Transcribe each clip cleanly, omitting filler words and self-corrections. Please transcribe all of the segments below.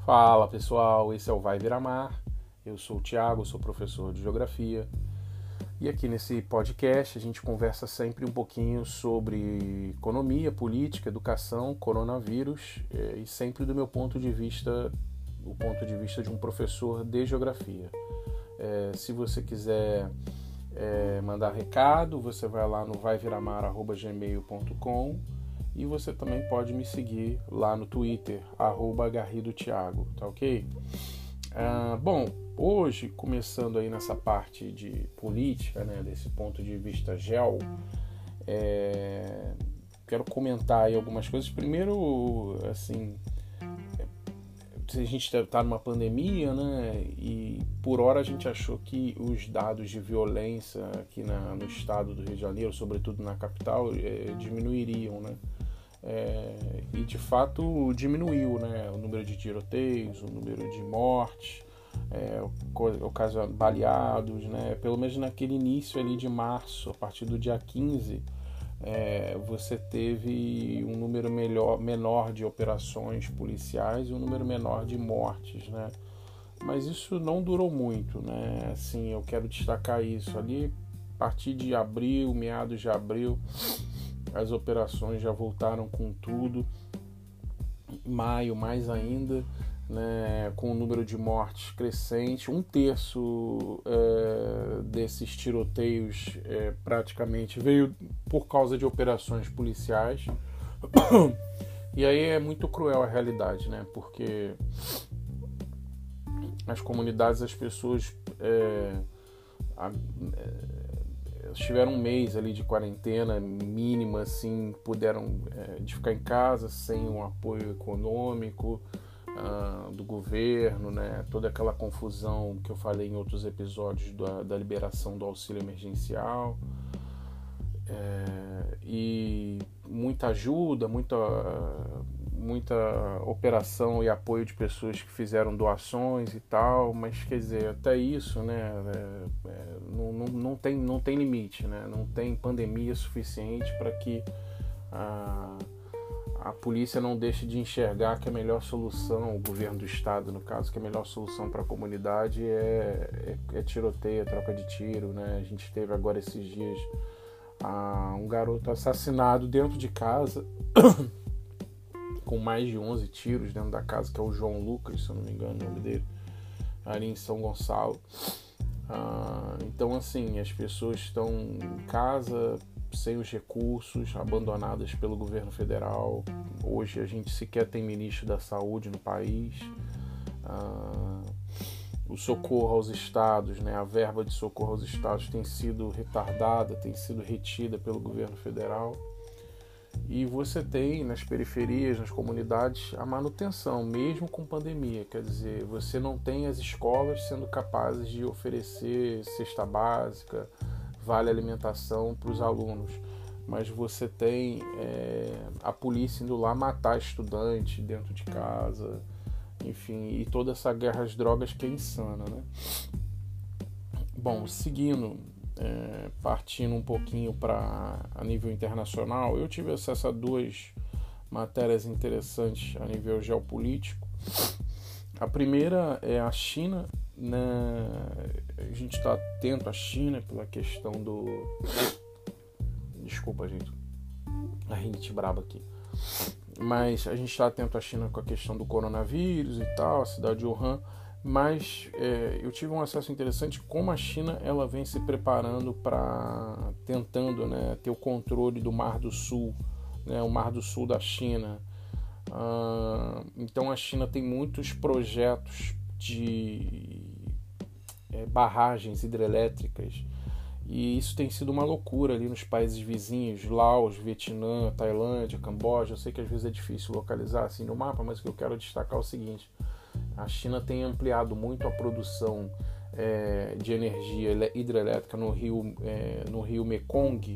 Fala pessoal, esse é o Vai Virar Mar. Eu sou o Thiago, sou professor de Geografia. E aqui nesse podcast a gente conversa sempre um pouquinho sobre economia, política, educação, coronavírus e sempre do meu ponto de vista, o ponto de vista de um professor de Geografia. Se você quiser mandar recado, você vai lá no vaiviramar@gmail.com e você também pode me seguir lá no Twitter, @garridothiago, tá ok? Bom, hoje, começando aí nessa parte de política, né, desse ponto de vista quero comentar aí algumas coisas. Primeiro, assim, a gente está numa pandemia, né, e por hora a gente achou que os dados de violência aqui no estado do Rio de Janeiro, sobretudo na capital, diminuiriam, né? E de fato diminuiu, né? O número de tiroteios, o número de mortes, o caso de baleados, né? Pelo menos naquele início ali de março, a partir do dia 15, você teve um número menor de operações policiais e um número menor de mortes, né? Mas isso não durou muito, né? Assim, eu quero destacar isso ali, a partir de abril, meados de abril, as operações já voltaram com tudo. Maio, mais ainda, né, com o número de mortes crescente. 1/3 desses tiroteios praticamente veio por causa de operações policiais. E aí é muito cruel a realidade, né? Porque as comunidades, as pessoas tiveram um mês ali de quarentena mínima, assim, puderam de ficar em casa sem um apoio econômico do governo, né? Toda aquela confusão que eu falei em outros episódios da liberação do auxílio emergencial, e muita ajuda, muita operação e apoio de pessoas que fizeram doações e tal, mas quer dizer, até isso, né, não tem limite, né? Não tem pandemia suficiente para que a polícia não deixe de enxergar que a melhor solução, o governo do estado no caso, que a melhor solução para a comunidade é tiroteio, troca de tiro, né? A gente teve agora esses dias um garoto assassinado dentro de casa com mais de 11 tiros dentro da casa, que é o João Lucas, se eu não me engano o nome dele, ali em São Gonçalo. Então, assim, as pessoas estão em casa sem os recursos, abandonadas pelo governo federal. Hoje a gente sequer tem ministro da saúde no país. O socorro aos estados, né, a verba de socorro aos estados tem sido retardada, tem sido retida pelo governo federal. E você tem nas periferias, nas comunidades, a manutenção, mesmo com pandemia. Quer dizer, você não tem as escolas sendo capazes de oferecer cesta básica, vale alimentação para os alunos, mas você tem a polícia indo lá matar estudante dentro de casa, enfim, e toda essa guerra às drogas que é insana, né? Bom, seguindo, partindo um pouquinho a nível internacional, eu tive acesso a 2 matérias interessantes a nível geopolítico. A primeira é a China, né? A gente está atento à China pela questão do... Desculpa, gente, a rinite braba aqui. Mas a gente está atento à China com a questão do coronavírus e tal, a cidade de Wuhan. Mas eu tive um acesso interessante como a China ela vem se preparando tentando, né, ter o controle do Mar do Sul, né, o Mar do Sul da China. Então a China tem muitos projetos de barragens hidrelétricas, e isso tem sido uma loucura ali nos países vizinhos, Laos, Vietnã, Tailândia, Camboja. Eu sei que às vezes é difícil localizar assim no mapa, mas o que eu quero destacar é o seguinte: a China tem ampliado muito a produção de energia hidrelétrica no rio Mekong,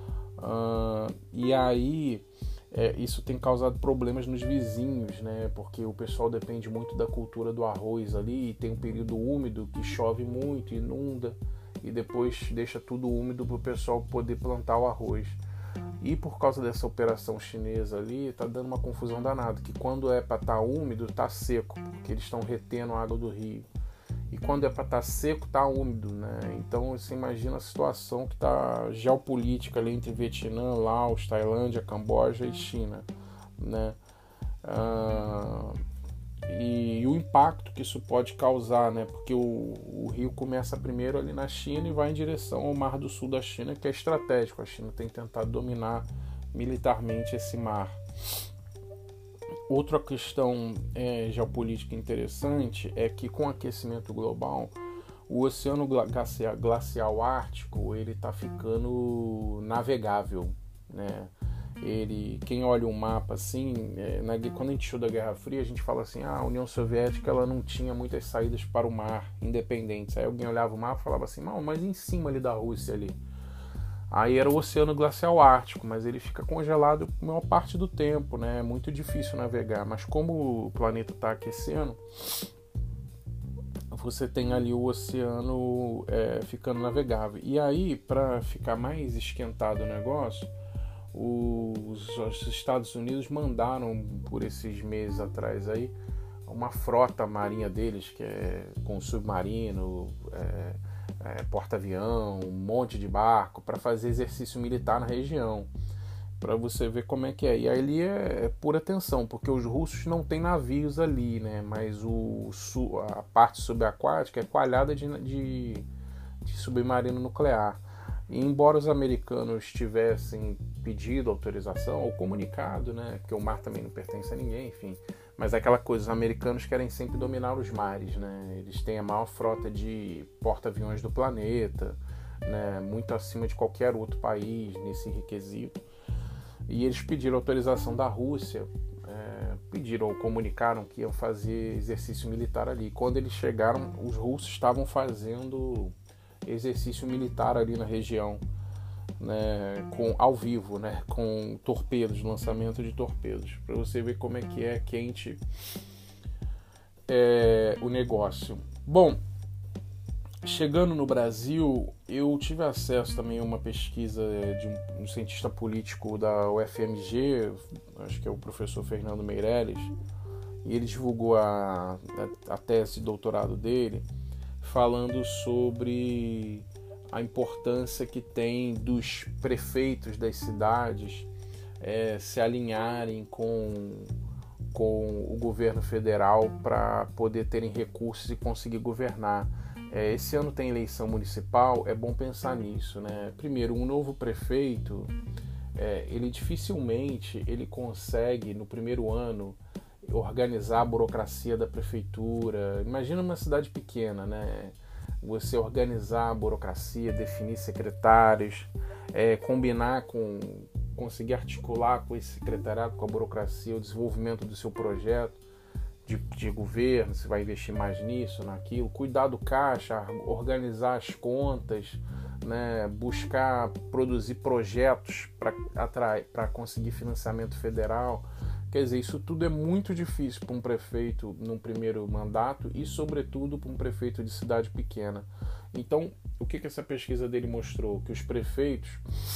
e aí isso tem causado problemas nos vizinhos, né? Porque o pessoal depende muito da cultura do arroz ali, e tem um período úmido que chove muito, inunda, e depois deixa tudo úmido para o pessoal poder plantar o arroz. E por causa dessa operação chinesa ali, tá dando uma confusão danada, que quando é para estar úmido, tá seco, porque eles estão retendo a água do rio. E quando é para estar seco, tá úmido, né? Então você imagina a situação que tá geopolítica ali entre Vietnã, Laos, Tailândia, Camboja e China, né? E o impacto que isso pode causar, né? Porque o rio começa primeiro ali na China e vai em direção ao Mar do Sul da China, que é estratégico. A China tem tentado dominar militarmente esse mar. Outra questão geopolítica interessante é que com o aquecimento global, o oceano glacial ártico ele está ficando navegável, né? Quem olha o mapa assim, quando a gente estuda a Guerra Fria, a gente fala assim, a União Soviética ela não tinha muitas saídas para o mar independentes. Aí alguém olhava o mapa e falava assim, não, mas em cima ali da Rússia ali. Aí era o Oceano Glacial Ártico, mas ele fica congelado a maior parte do tempo, né? É muito difícil navegar. Mas como o planeta está aquecendo, você tem ali o oceano ficando navegável. E aí, para ficar mais esquentado o negócio, os Estados Unidos mandaram, por esses meses atrás aí, uma frota marinha deles, que é com submarino, porta-avião, um monte de barco, para fazer exercício militar na região, para você ver como é que é. E ali é pura tensão, porque os russos não têm navios ali, né? Mas a parte subaquática é coalhada de submarino nuclear. E embora os americanos tivessem pedido autorização ou comunicado, né? Porque o mar também não pertence a ninguém, enfim. Mas é aquela coisa, os americanos querem sempre dominar os mares, né? Eles têm a maior frota de porta-aviões do planeta, né? Muito acima de qualquer outro país nesse requisito. E eles pediram autorização da Rússia, pediram ou comunicaram que iam fazer exercício militar ali. Quando eles chegaram, os russos estavam fazendo exercício militar ali na região, né, ao vivo, né, com torpedos, lançamento de torpedos, para você ver como é que é quente o negócio. Bom, chegando no Brasil, eu tive acesso também a uma pesquisa de um cientista político da UFMG, acho que é o professor Fernando Meirelles, e ele divulgou a tese de doutorado dele, falando sobre a importância que tem dos prefeitos das cidades se alinharem com o governo federal para poder terem recursos e conseguir governar. Esse ano tem eleição municipal, é bom pensar nisso, né? Primeiro, um novo prefeito, ele dificilmente ele consegue, no primeiro ano, organizar a burocracia da prefeitura. Imagina uma cidade pequena, né? Você organizar a burocracia, definir secretários, conseguir articular com esse secretariado, com a burocracia, o desenvolvimento do seu projeto de governo, se vai investir mais nisso, naquilo, cuidar do caixa, organizar as contas, né? Buscar produzir projetos para conseguir financiamento federal. Quer dizer, isso tudo é muito difícil para um prefeito num primeiro mandato e, sobretudo, para um prefeito de cidade pequena. Então, o que essa pesquisa dele mostrou? Que os prefeitos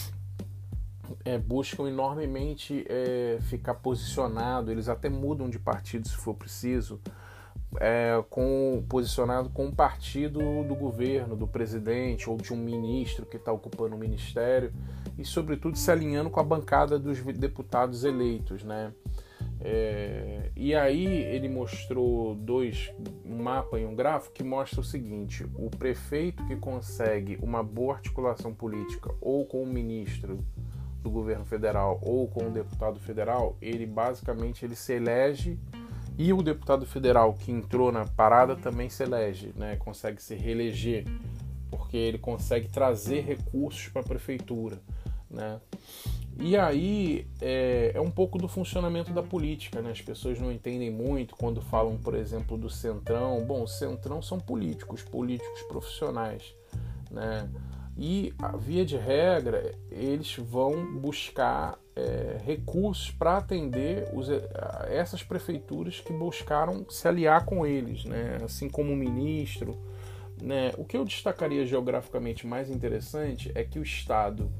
buscam enormemente ficar posicionado, eles até mudam de partido se for preciso, posicionado com um partido do governo, do presidente ou de um ministro que está ocupando o ministério e, sobretudo, se alinhando com a bancada dos deputados eleitos, né? E aí ele mostrou um mapa e um gráfico que mostra o seguinte: o prefeito que consegue uma boa articulação política ou com o ministro do governo federal ou com o deputado federal, ele basicamente se elege, e o deputado federal que entrou na parada também se elege, né? Consegue se reeleger, porque ele consegue trazer recursos para a prefeitura, né? E aí é um pouco do funcionamento da política, né? As pessoas não entendem muito quando falam, por exemplo, do Centrão. Bom, o Centrão são políticos profissionais, né? E, via de regra, eles vão buscar recursos para atender essas prefeituras que buscaram se aliar com eles, né? Assim como o ministro, né? O que eu destacaria geograficamente mais interessante é que o Estado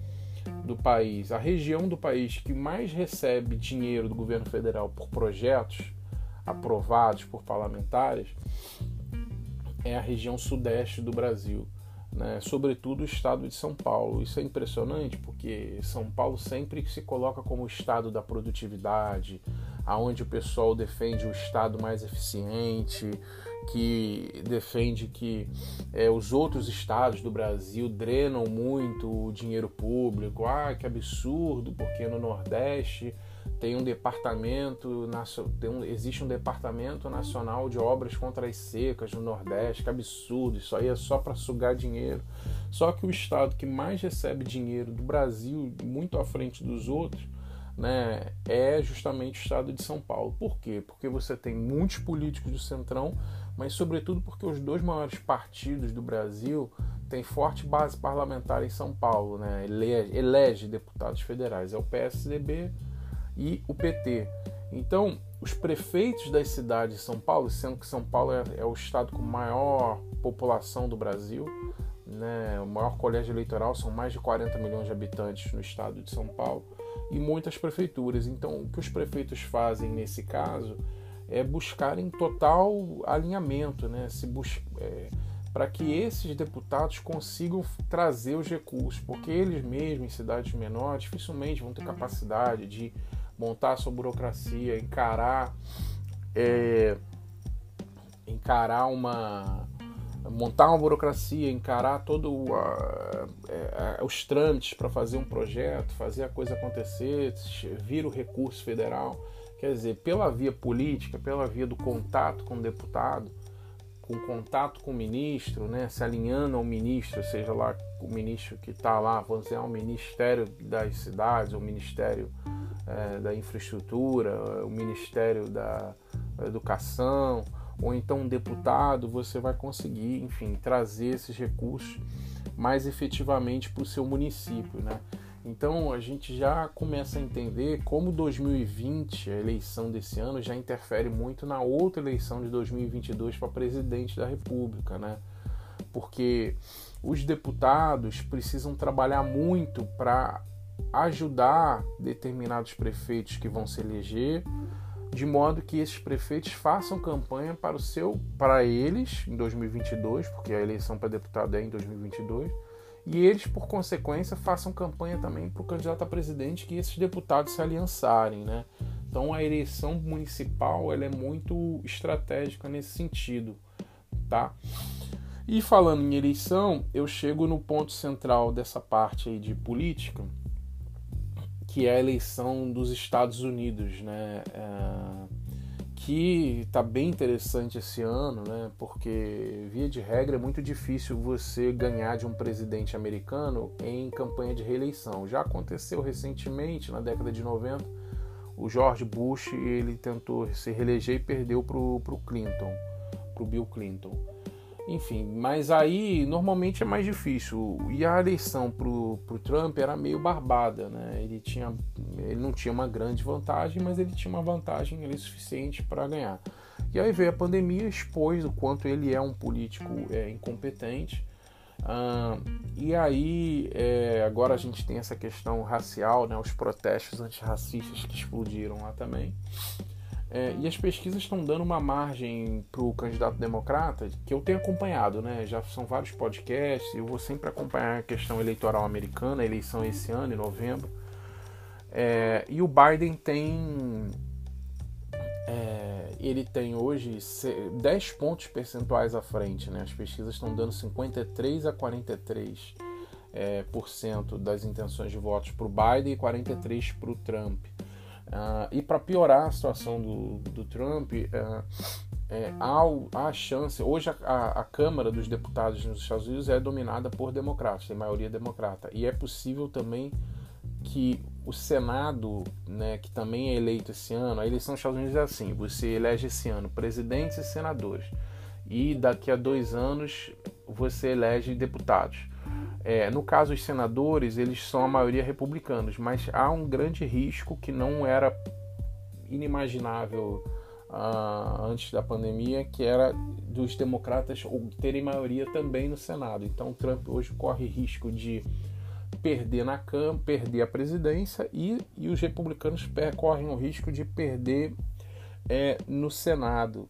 do país, a região do país que mais recebe dinheiro do governo federal por projetos aprovados por parlamentares é a região sudeste do Brasil, né? Sobretudo o estado de São Paulo. Isso é impressionante porque São Paulo sempre se coloca como o estado da produtividade, aonde o pessoal defende o estado mais eficiente, que defende que os outros estados do Brasil drenam muito o dinheiro público. Que absurdo, porque no Nordeste tem um departamento, existe um departamento nacional de obras contra as secas no Nordeste, que absurdo, isso aí é só para sugar dinheiro. Só que o estado que mais recebe dinheiro do Brasil, muito à frente dos outros, né, é justamente o estado de São Paulo. Por quê? Porque você tem muitos políticos do Centrão, mas sobretudo porque os dois maiores partidos do Brasil têm forte base parlamentar em São Paulo, né? Elege deputados federais, é o PSDB e o PT. Então, os prefeitos das cidades de São Paulo, sendo que São Paulo é o estado com maior população do Brasil, né? O maior colégio eleitoral, são mais de 40 milhões de habitantes no estado de São Paulo, e muitas prefeituras. Então, o que os prefeitos fazem nesse caso é buscarem total alinhamento, né? Para que esses deputados consigam trazer os recursos, porque eles mesmos, em cidades menores, dificilmente vão ter capacidade de montar a sua burocracia, montar uma burocracia, encarar todo os trâmites para fazer um projeto, fazer a coisa acontecer, vir o recurso federal. Quer dizer, pela via política, pela via do contato com o deputado, com contato com o ministro, né, se alinhando ao ministro, seja lá o ministro que está lá, vamos dizer, ao Ministério das Cidades, o Ministério da Infraestrutura, o Ministério da Educação, ou então um deputado, você vai conseguir, enfim, trazer esses recursos mais efetivamente para o seu município, né? Então a gente já começa a entender como 2020, a eleição desse ano, já interfere muito na outra eleição de 2022 para presidente da República, né? Porque os deputados precisam trabalhar muito para ajudar determinados prefeitos que vão se eleger, de modo que esses prefeitos façam campanha para eles em 2022, porque a eleição para deputado é em 2022, e eles, por consequência, façam campanha também para o candidato a presidente, que esses deputados se aliançarem, né? Então a eleição municipal ela é muito estratégica nesse sentido, tá? E falando em eleição, eu chego no ponto central dessa parte aí de política, que é a eleição dos Estados Unidos, né? Que está bem interessante esse ano, né? Porque, via de regra, é muito difícil você ganhar de um presidente americano em campanha de reeleição. Já aconteceu recentemente, na década de 90, o George Bush ele tentou se reeleger e perdeu para o Bill Clinton. Enfim, mas aí normalmente é mais difícil. E a eleição pro Trump era meio barbada, né? Ele não tinha uma grande vantagem, mas ele tinha uma vantagem ali suficiente para ganhar. E aí veio a pandemia, expôs o quanto ele é um político incompetente. E aí agora a gente tem essa questão racial, né? Os protestos antirracistas que explodiram lá também. E as pesquisas estão dando uma margem para o candidato democrata, que eu tenho acompanhado, né? Já são vários podcasts, eu vou sempre acompanhar a questão eleitoral americana, a eleição esse ano, em novembro. E o Biden ele tem hoje 10 pontos percentuais à frente, né? As pesquisas estão dando 53 a 43% das intenções de votos para o Biden e 43% para o Trump. E para piorar a situação do Trump, há a chance. Hoje a Câmara dos Deputados nos Estados Unidos é dominada por democratas, tem maioria democrata. E é possível também que o Senado, né, que também é eleito esse ano, a eleição dos Estados Unidos é assim: você elege esse ano presidentes e senadores, e daqui a 2 anos você elege deputados. No caso, os senadores, eles são a maioria republicanos, mas há um grande risco que não era inimaginável antes da pandemia, que era dos democratas terem maioria também no Senado. Então, Trump hoje corre risco de perder na Câmara, perder a presidência e os republicanos correm o risco de perder no Senado.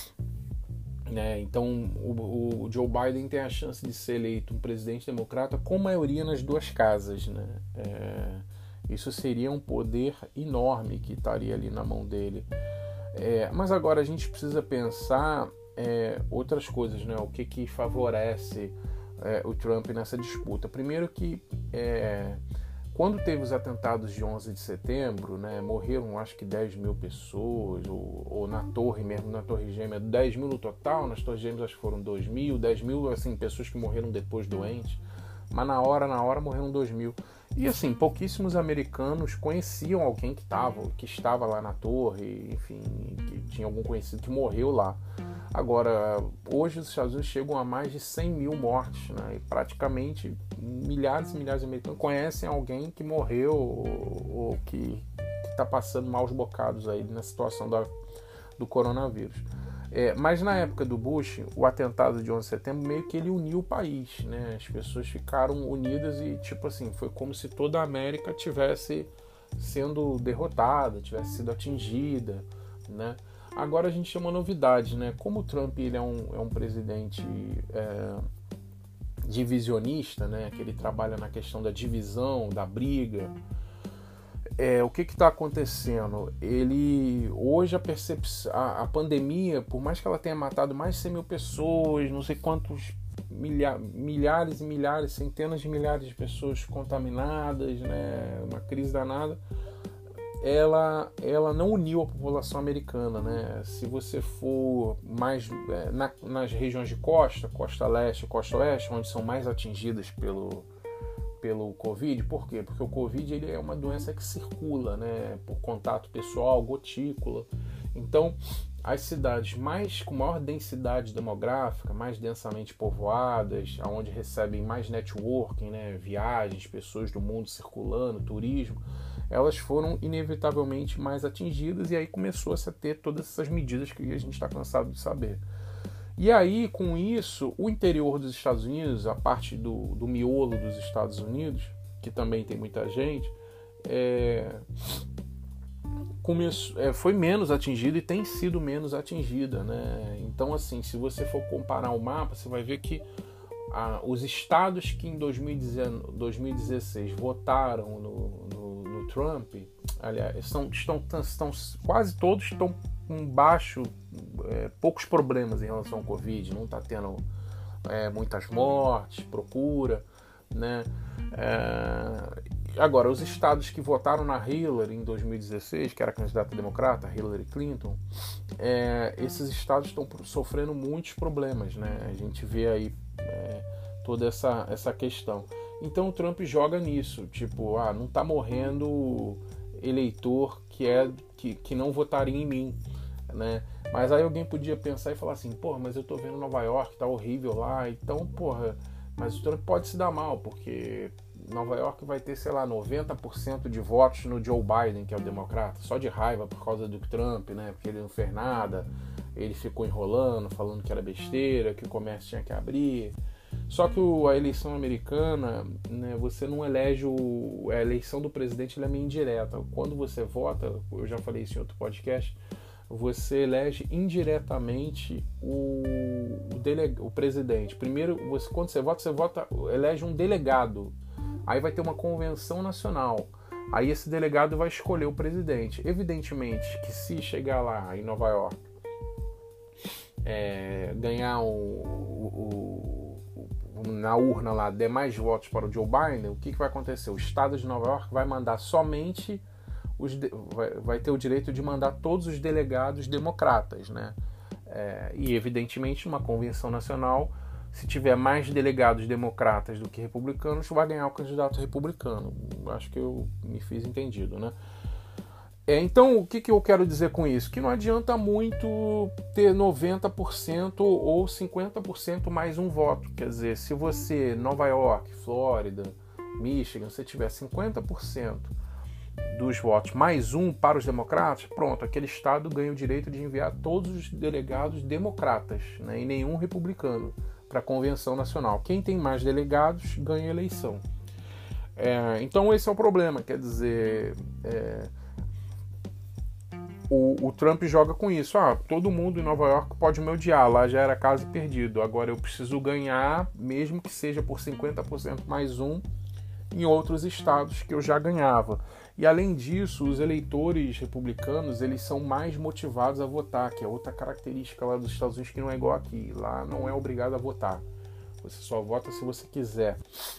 Então o Joe Biden tem a chance de ser eleito um presidente democrata com maioria nas duas casas, né? Isso seria um poder enorme que estaria ali na mão dele. Mas agora a gente precisa pensar outras coisas, né? O que favorece o Trump nessa disputa. Primeiro que quando teve os atentados de 11 de setembro, né, morreram acho que 10 mil pessoas, ou na torre mesmo, na Torre Gêmea, 10 mil no total, nas Torres Gêmeas acho que foram 2 mil, 10 mil assim, pessoas que morreram depois doentes, mas na hora morreram 2 mil. E assim, pouquíssimos americanos conheciam alguém que estava lá na torre, enfim, que tinha algum conhecido que morreu lá. Agora, hoje os Estados Unidos chegam a mais de 100 mil mortes, né? E praticamente milhares e milhares de americanos conhecem alguém que morreu ou que está passando maus bocados aí na situação do coronavírus. Mas na época do Bush, o atentado de 11 de setembro meio que ele uniu o país, né? As pessoas ficaram unidas e, tipo assim, foi como se toda a América tivesse sendo derrotada, tivesse sido atingida, né? Agora a gente tem uma novidade, né? Como o Trump ele é um presidente divisionista, né? Que ele trabalha na questão da divisão, da briga. O que está acontecendo? Hoje a pandemia, por mais que ela tenha matado mais de 100 mil pessoas, não sei quantos milhares e milhares, centenas de milhares de pessoas contaminadas, né? Uma crise danada. Ela não uniu a população americana, né? Se você for mais nas regiões de costa leste, costa oeste, onde são mais atingidas pelo Covid, por quê? Porque o Covid ele é uma doença que circula, né? Por contato pessoal, gotícula. Então, as cidades com maior densidade demográfica, mais densamente povoadas, onde recebem mais networking, né? Viagens, pessoas do mundo circulando, turismo, elas foram inevitavelmente mais atingidas e aí começou-se a ter todas essas medidas que a gente está cansado de saber. E aí, com isso, o interior dos Estados Unidos, a parte do miolo dos Estados Unidos, que também tem muita gente, foi menos atingida e tem sido menos atingida, né? Então, assim, se você for comparar o mapa, você vai ver que os estados que em 2016 votaram no Trump, aliás, estão quase todos estão com poucos problemas em relação ao Covid, não está tendo muitas mortes, procura, né? Agora, os estados que votaram na Hillary em 2016, que era a candidata democrata, Hillary Clinton, esses estados estão sofrendo muitos problemas, né? A gente vê aí toda essa questão. Então o Trump joga nisso, tipo, não está morrendo eleitor que não votaria em mim, né? Mas aí alguém podia pensar e falar assim, mas eu tô vendo Nova York, tá horrível lá, então, mas o Trump pode se dar mal, porque Nova York vai ter, sei lá, 90% de votos no Joe Biden, que é o democrata, só de raiva por causa do Trump, né? Porque ele não fez nada, ele ficou enrolando, falando que era besteira, que o comércio tinha que abrir. Só que a eleição americana, né, você não elege a eleição do presidente, ela é meio indireta. Quando você vota, eu já falei isso em outro podcast, você elege indiretamente o presidente. Primeiro, quando você vota, elege um delegado. Aí vai ter uma convenção nacional. Aí esse delegado vai escolher o presidente. Evidentemente que se chegar lá em Nova York, ganhar na urna lá, der mais votos para o Joe Biden, o que vai acontecer? O estado de Nova York vai mandar somente vai ter o direito de mandar todos os delegados democratas, né? E evidentemente numa convenção nacional, se tiver mais delegados democratas do que republicanos, vai ganhar o candidato republicano. Acho que eu me fiz entendido, né? Então, o que eu quero dizer com isso? Que não adianta muito ter 90% ou 50% mais um voto. Quer dizer, se você, Nova York, Flórida, Michigan, você tiver 50% dos votos mais um para os democratas, pronto, aquele estado ganha o direito de enviar todos os delegados democratas, né, e nenhum republicano para a convenção nacional. Quem tem mais delegados ganha a eleição. Então esse é o problema, quer dizer, o Trump joga com isso. Todo mundo em Nova York pode me odiar, lá já era caso perdido, agora eu preciso ganhar, mesmo que seja por 50% mais um, em outros estados que eu já ganhava. E além disso, os eleitores republicanos, eles são mais motivados a votar, que é outra característica lá dos Estados Unidos que não é igual aqui. Lá não é obrigado a votar. Você só vota se você quiser.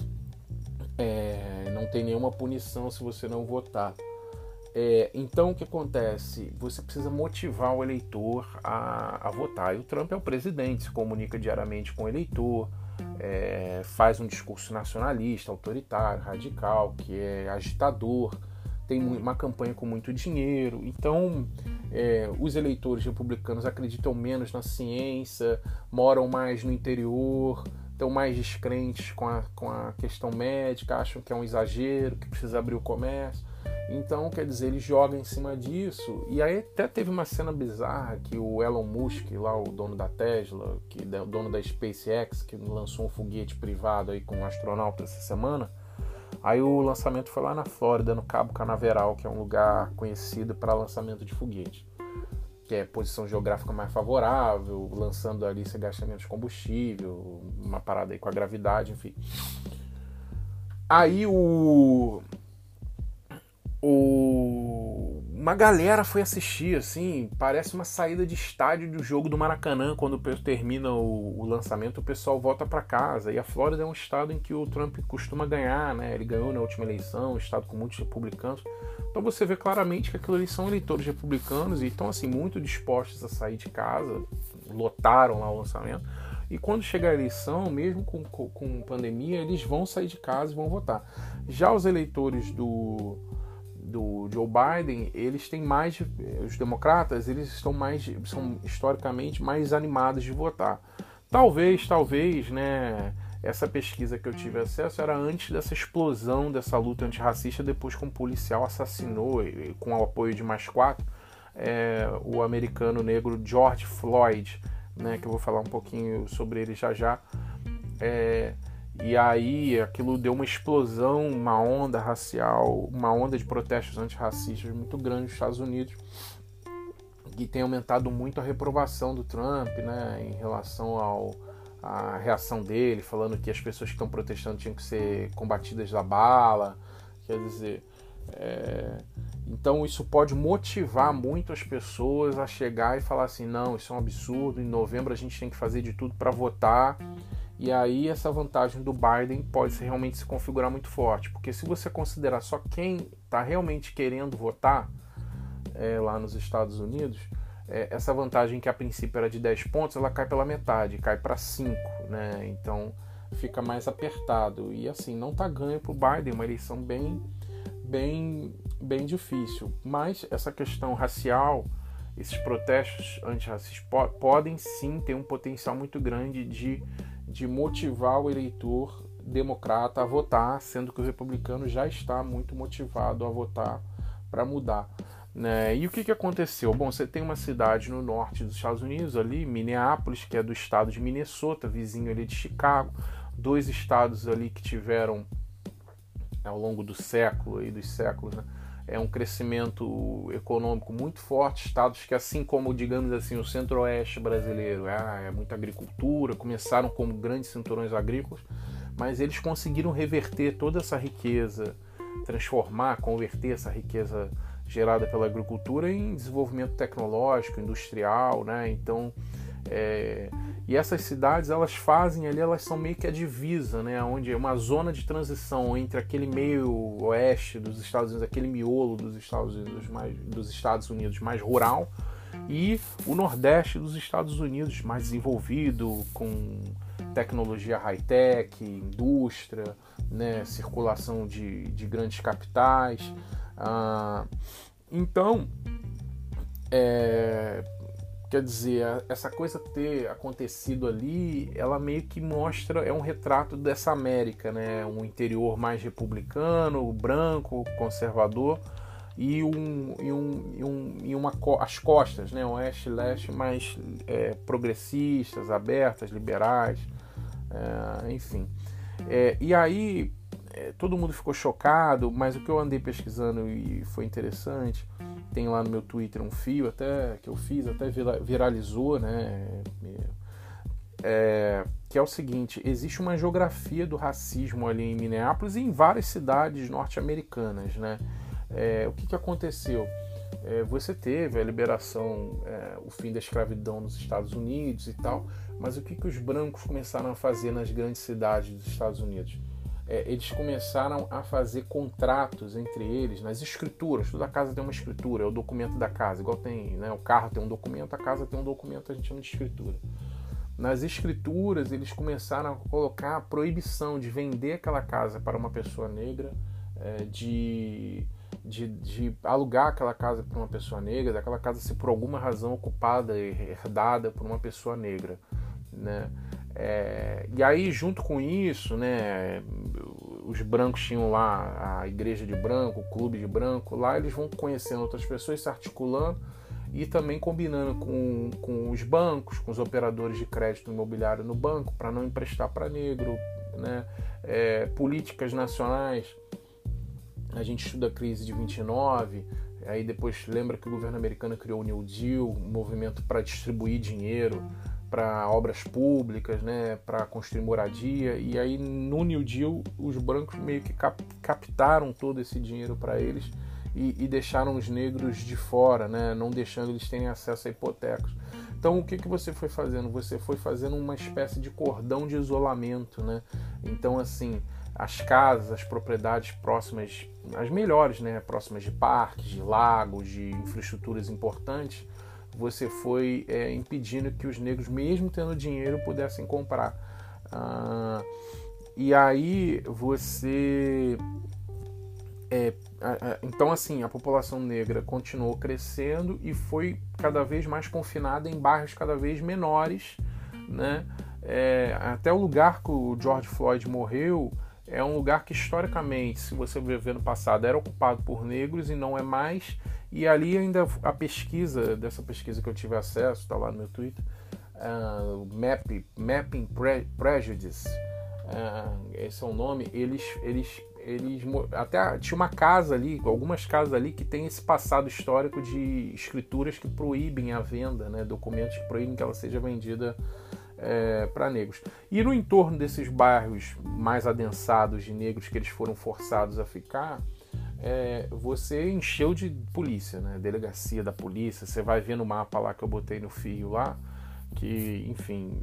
Não tem nenhuma punição se você não votar. Então o que acontece? Você precisa motivar o eleitor a votar. E o Trump é o presidente, se comunica diariamente com o eleitor, faz um discurso nacionalista, autoritário, radical, que é agitador, tem uma campanha com muito dinheiro. Então os eleitores republicanos acreditam menos na ciência, moram mais no interior, estão mais descrentes com a questão médica, acham que é um exagero, que precisa abrir o comércio. Então, quer dizer, ele joga em cima disso. E aí até teve uma cena bizarra que o Elon Musk, lá o dono da Tesla, que é o dono da SpaceX, que lançou um foguete privado aí com um astronauta essa semana. Aí o lançamento foi lá na Flórida, no Cabo Canaveral, que é um lugar conhecido para lançamento de foguete, que é posição geográfica mais favorável, lançando ali você gasta menos combustível, uma parada aí com a gravidade, enfim. Aí uma galera foi assistir, assim, parece uma saída de estádio do jogo do Maracanã. Quando termina o lançamento, o pessoal volta para casa. E a Flórida é um estado em que o Trump costuma ganhar, né? Ele ganhou na última eleição, um estado com muitos republicanos. Então você vê claramente que aquilo ali são eleitores republicanos e estão, assim, muito dispostos a sair de casa, lotaram lá o lançamento. E quando chegar a eleição, mesmo com pandemia, eles vão sair de casa e vão votar. Já os eleitores do Joe Biden, eles têm mais, os democratas, eles são historicamente mais animados de votar. Talvez, né, essa pesquisa que eu tive acesso era antes dessa explosão dessa luta antirracista, depois que um policial assassinou, com o apoio de mais 4, o americano negro George Floyd, né, que eu vou falar um pouquinho sobre ele já. E aí aquilo deu uma explosão, uma onda racial, uma onda de protestos antirracistas muito grande nos Estados Unidos, que tem aumentado muito a reprovação do Trump, né, em relação à reação dele, falando que as pessoas que estão protestando tinham que ser combatidas da bala. Quer dizer, então isso pode motivar muito as pessoas a chegar e falar assim, não, isso é um absurdo, em novembro a gente tem que fazer de tudo para votar. E aí essa vantagem do Biden pode realmente se configurar muito forte, porque se você considerar só quem está realmente querendo votar lá nos Estados Unidos, essa vantagem que a princípio era de 10 pontos, ela cai pela metade, cai para 5, né? Então fica mais apertado. E assim, não está ganho para o Biden, uma eleição bem difícil. Mas essa questão racial, esses protestos antirracistas podem sim ter um potencial muito grande de motivar o eleitor democrata a votar, sendo que o republicano já está muito motivado a votar para mudar, né? E o que aconteceu? Bom, você tem uma cidade no norte dos Estados Unidos, ali, Minneapolis, que é do estado de Minnesota, vizinho ali de Chicago, 2 estados ali que tiveram, ao longo do século e dos séculos, né, um crescimento econômico muito forte, estados que, assim como, digamos assim, o centro-oeste brasileiro, é muita agricultura, começaram como grandes cinturões agrícolas, mas eles conseguiram reverter toda essa riqueza, converter essa riqueza gerada pela agricultura em desenvolvimento tecnológico, industrial, né? Então, e essas cidades, elas são meio que a divisa, né? Onde é uma zona de transição entre aquele meio oeste dos Estados Unidos, aquele miolo dos Estados Unidos mais rural, e o nordeste dos Estados Unidos mais desenvolvido, com tecnologia high-tech, indústria, né? Circulação de grandes capitais. Então, quer dizer, essa coisa ter acontecido ali, ela meio que mostra, um retrato dessa América, né? Um interior mais republicano, branco, conservador, e as costas, né? Oeste e leste mais progressistas, abertas, liberais, enfim. E aí todo mundo ficou chocado, mas o que eu andei pesquisando e foi interessante, tem lá no meu Twitter um fio até que eu fiz, até viralizou, né? Que é o seguinte: existe uma geografia do racismo ali em Minneapolis e em várias cidades norte-americanas, né? O que aconteceu? Você teve a liberação, o fim da escravidão nos Estados Unidos e tal, mas o que os brancos começaram a fazer nas grandes cidades dos Estados Unidos? Eles começaram a fazer contratos entre eles, nas escrituras. Toda casa tem uma escritura, é o documento da casa, igual tem, né, o carro tem um documento, a casa tem um documento, a gente chama de escritura. Nas escrituras, eles começaram a colocar a proibição de vender aquela casa para uma pessoa negra, de alugar aquela casa para uma pessoa negra, daquela casa ser por alguma razão ocupada e herdada por uma pessoa negra, né? E aí, junto com isso, né, os brancos tinham lá a igreja de branco, o clube de branco, lá eles vão conhecendo outras pessoas, se articulando e também combinando com os bancos, com os operadores de crédito imobiliário no banco, para não emprestar para negro, né? Políticas nacionais. A gente estuda a crise de 29, aí depois lembra que o governo americano criou o New Deal, um movimento para distribuir dinheiro para obras públicas, né, para construir moradia, e aí no New Deal os brancos meio que captaram todo esse dinheiro para eles e deixaram os negros de fora, né, não deixando eles terem acesso a hipotecas. Então o que você foi fazendo? Você foi fazendo uma espécie de cordão de isolamento, né? Então assim, as casas, as propriedades próximas, as melhores, né, próximas de parques, de lagos, de infraestruturas importantes, você foi impedindo que os negros, mesmo tendo dinheiro, pudessem comprar. E aí você... então assim, a população negra continuou crescendo e foi cada vez mais confinada em bairros cada vez menores, né? Até o lugar que o George Floyd morreu é um lugar que historicamente, se você ver no passado, era ocupado por negros e não é mais. E ali ainda a pesquisa, dessa pesquisa que eu tive acesso, está lá no meu Twitter, Mapping Prejudice, esse é o nome, eles até tinha uma casa ali, algumas casas ali que tem esse passado histórico de escrituras que proíbem a venda, né, documentos que proíbem que ela seja vendida para negros. E no entorno desses bairros mais adensados de negros que eles foram forçados a ficar, você encheu de polícia, né? Delegacia da polícia. Você vai ver no mapa lá que eu botei no fio lá, que, enfim,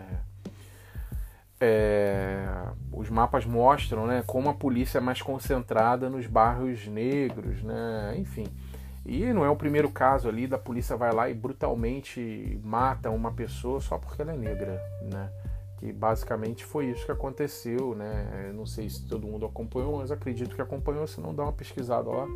os mapas mostram, né, como a polícia é mais concentrada nos bairros negros, né? Enfim. E não é o primeiro caso ali da polícia vai lá e brutalmente mata uma pessoa só porque ela é negra, né? Que basicamente foi isso que aconteceu, né? Não sei se todo mundo acompanhou, mas acredito que acompanhou, se não dá uma pesquisada lá.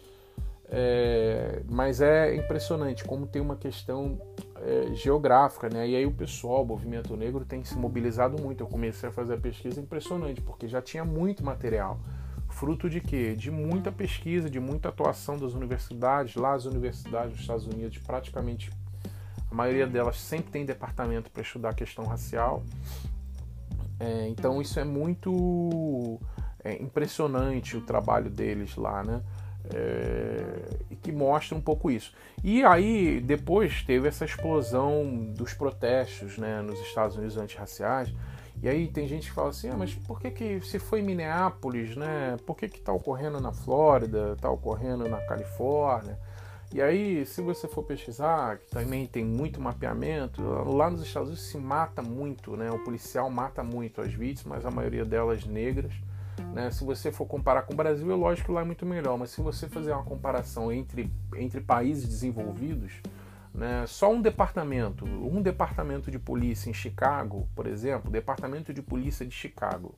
Mas é impressionante como tem uma questão geográfica, né? E aí o pessoal, o movimento negro tem se mobilizado muito. Eu comecei a fazer a pesquisa, impressionante, porque já tinha muito material. Fruto de quê? De muita pesquisa, de muita atuação das universidades. Lá as universidades dos Estados Unidos, praticamente a maioria delas sempre tem departamento para estudar a questão racial. Então isso é muito impressionante o trabalho deles lá, né? E que mostra um pouco isso. E aí depois teve essa explosão dos protestos, né, nos Estados Unidos antirraciais. E aí tem gente que fala assim, mas por que se foi em Minneapolis, né? Por que está ocorrendo na Flórida, está ocorrendo na Califórnia? E aí, se você for pesquisar, que também tem muito mapeamento, lá nos Estados Unidos se mata muito, né? O policial mata muito as vítimas, a maioria delas negras, né? Se você for comparar com o Brasil, é lógico que lá é muito melhor, mas se você fazer uma comparação entre países desenvolvidos, né, só um departamento de polícia em Chicago, por exemplo, departamento de polícia de Chicago,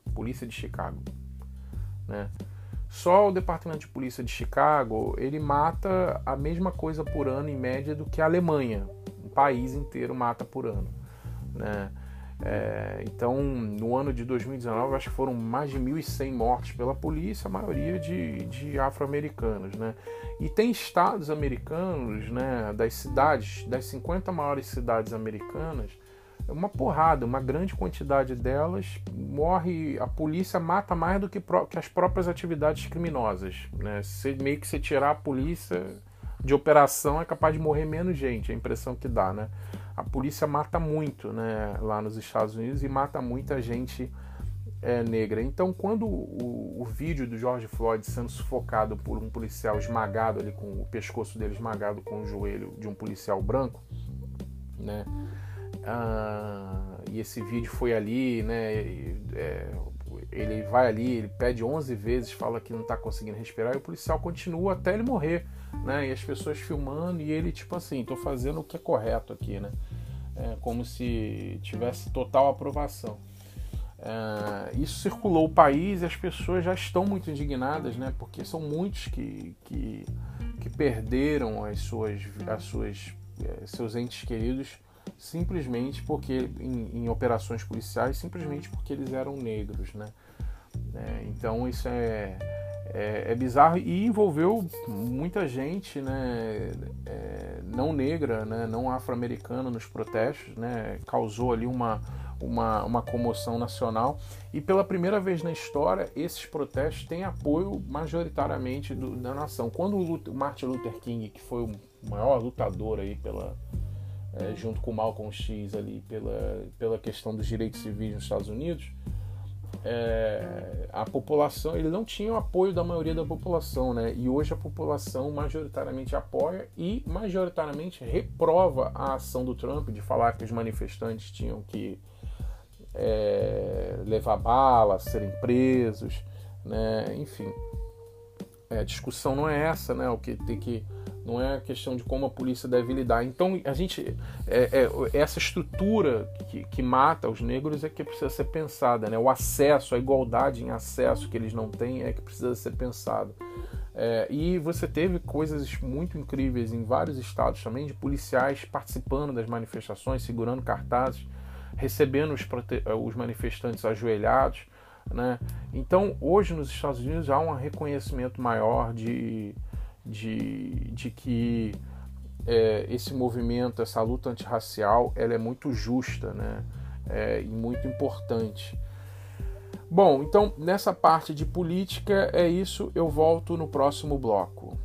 né? Só o departamento de polícia de Chicago, ele mata a mesma coisa por ano em média do que a Alemanha, um país inteiro mata por ano, né? Então, no ano de 2019, acho que foram mais de 1.100 mortes pela polícia, a maioria de afro-americanos, né? E tem estados americanos, né, das 50 maiores cidades americanas, uma porrada, uma grande quantidade delas morre, a polícia mata mais do que as próprias atividades criminosas, né? Meio que se tirar a polícia de operação é capaz de morrer menos gente, a impressão que dá, né? A polícia mata muito, né, lá nos Estados Unidos, e mata muita gente negra. Então, quando o vídeo do George Floyd sendo sufocado por um policial esmagado ali, com o pescoço dele esmagado com o joelho de um policial branco, né? E esse vídeo foi ali, né? Ele vai ali, ele pede 11 vezes, fala que não está conseguindo respirar, e o policial continua até ele morrer, né? E as pessoas filmando, e ele tipo assim, tô fazendo o que é correto aqui, né? Como se tivesse total aprovação. Isso circulou o país, e as pessoas já estão muito indignadas, né? Porque são muitos que perderam seus entes queridos simplesmente porque em operações policiais, simplesmente porque eles eram negros, né? Então isso é bizarro, e envolveu muita gente, né? Não negra, né? Não afro-americana nos protestos, né? Causou ali uma comoção nacional, e pela primeira vez na história esses protestos têm apoio majoritariamente da nação. Quando o Martin Luther King, que foi o maior lutador aí junto com o Malcolm X ali pela questão dos direitos civis nos Estados Unidos, a população, ele não tinha o apoio da maioria da população, né? E hoje a população majoritariamente apoia e majoritariamente reprova a ação do Trump de falar que os manifestantes tinham que levar bala, serem presos, né? Enfim, a discussão não é essa, né? Não é a questão de como a polícia deve lidar. Então, essa estrutura que mata os negros é que precisa ser pensada, né? O acesso, a igualdade em acesso que eles não têm é que precisa ser pensado. E você teve coisas muito incríveis em vários estados também, de policiais participando das manifestações, segurando cartazes, recebendo os manifestantes ajoelhados, né? Então, hoje nos Estados Unidos há um reconhecimento maior de que esse movimento, essa luta antirracial, ela é muito justa, né? E muito importante. Bom, então nessa parte de política é isso, eu volto no próximo bloco.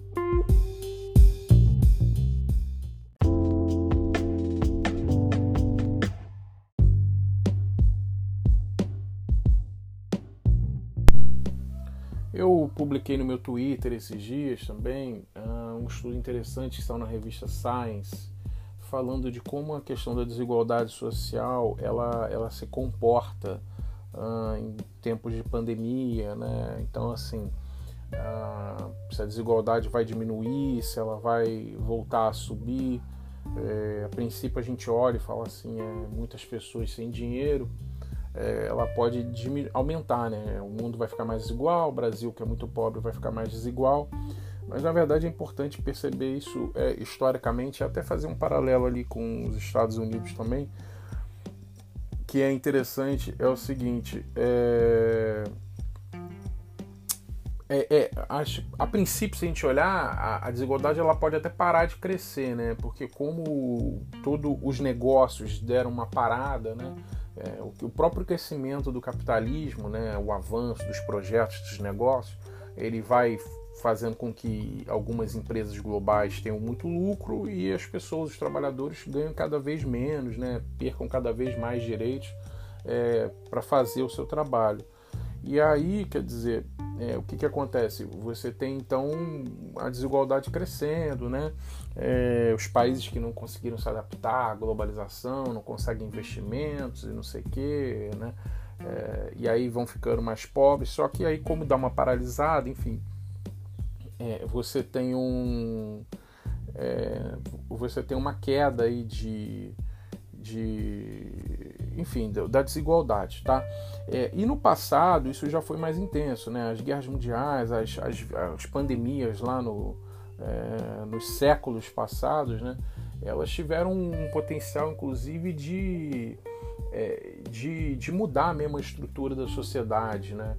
Eu publiquei no meu Twitter esses dias também um estudo interessante que está na revista Science, falando de como a questão da desigualdade social ela se comporta em tempos de pandemia, né? Então, assim, se a desigualdade vai diminuir, se ela vai voltar a subir. A princípio a gente olha e fala assim, muitas pessoas sem dinheiro, ela pode aumentar, né? O mundo vai ficar mais desigual, o Brasil, que é muito pobre, vai ficar mais desigual. Mas, na verdade, é importante perceber isso historicamente, até fazer um paralelo ali com os Estados Unidos também, que é interessante, é o seguinte, a princípio, se a gente olhar, a desigualdade ela pode até parar de crescer, né? Porque como todos os negócios deram uma parada, né? O próprio crescimento do capitalismo, né? O avanço dos projetos, dos negócios, ele vai fazendo com que algumas empresas globais tenham muito lucro e as pessoas, os trabalhadores, ganham cada vez menos, né? Percam cada vez mais direitos para fazer o seu trabalho. E aí, quer dizer, o que acontece? Você tem, então, a desigualdade crescendo, né? Os países que não conseguiram se adaptar à globalização, não conseguem investimentos e não sei o quê, né? E aí vão ficando mais pobres. Só que aí, como dá uma paralisada, enfim, você tem uma queda aí da desigualdade, tá? E no passado isso já foi mais intenso, né? As guerras mundiais, as pandemias lá nos séculos passados, né? Elas tiveram um potencial, inclusive, de mudar mesmo a estrutura da sociedade, né?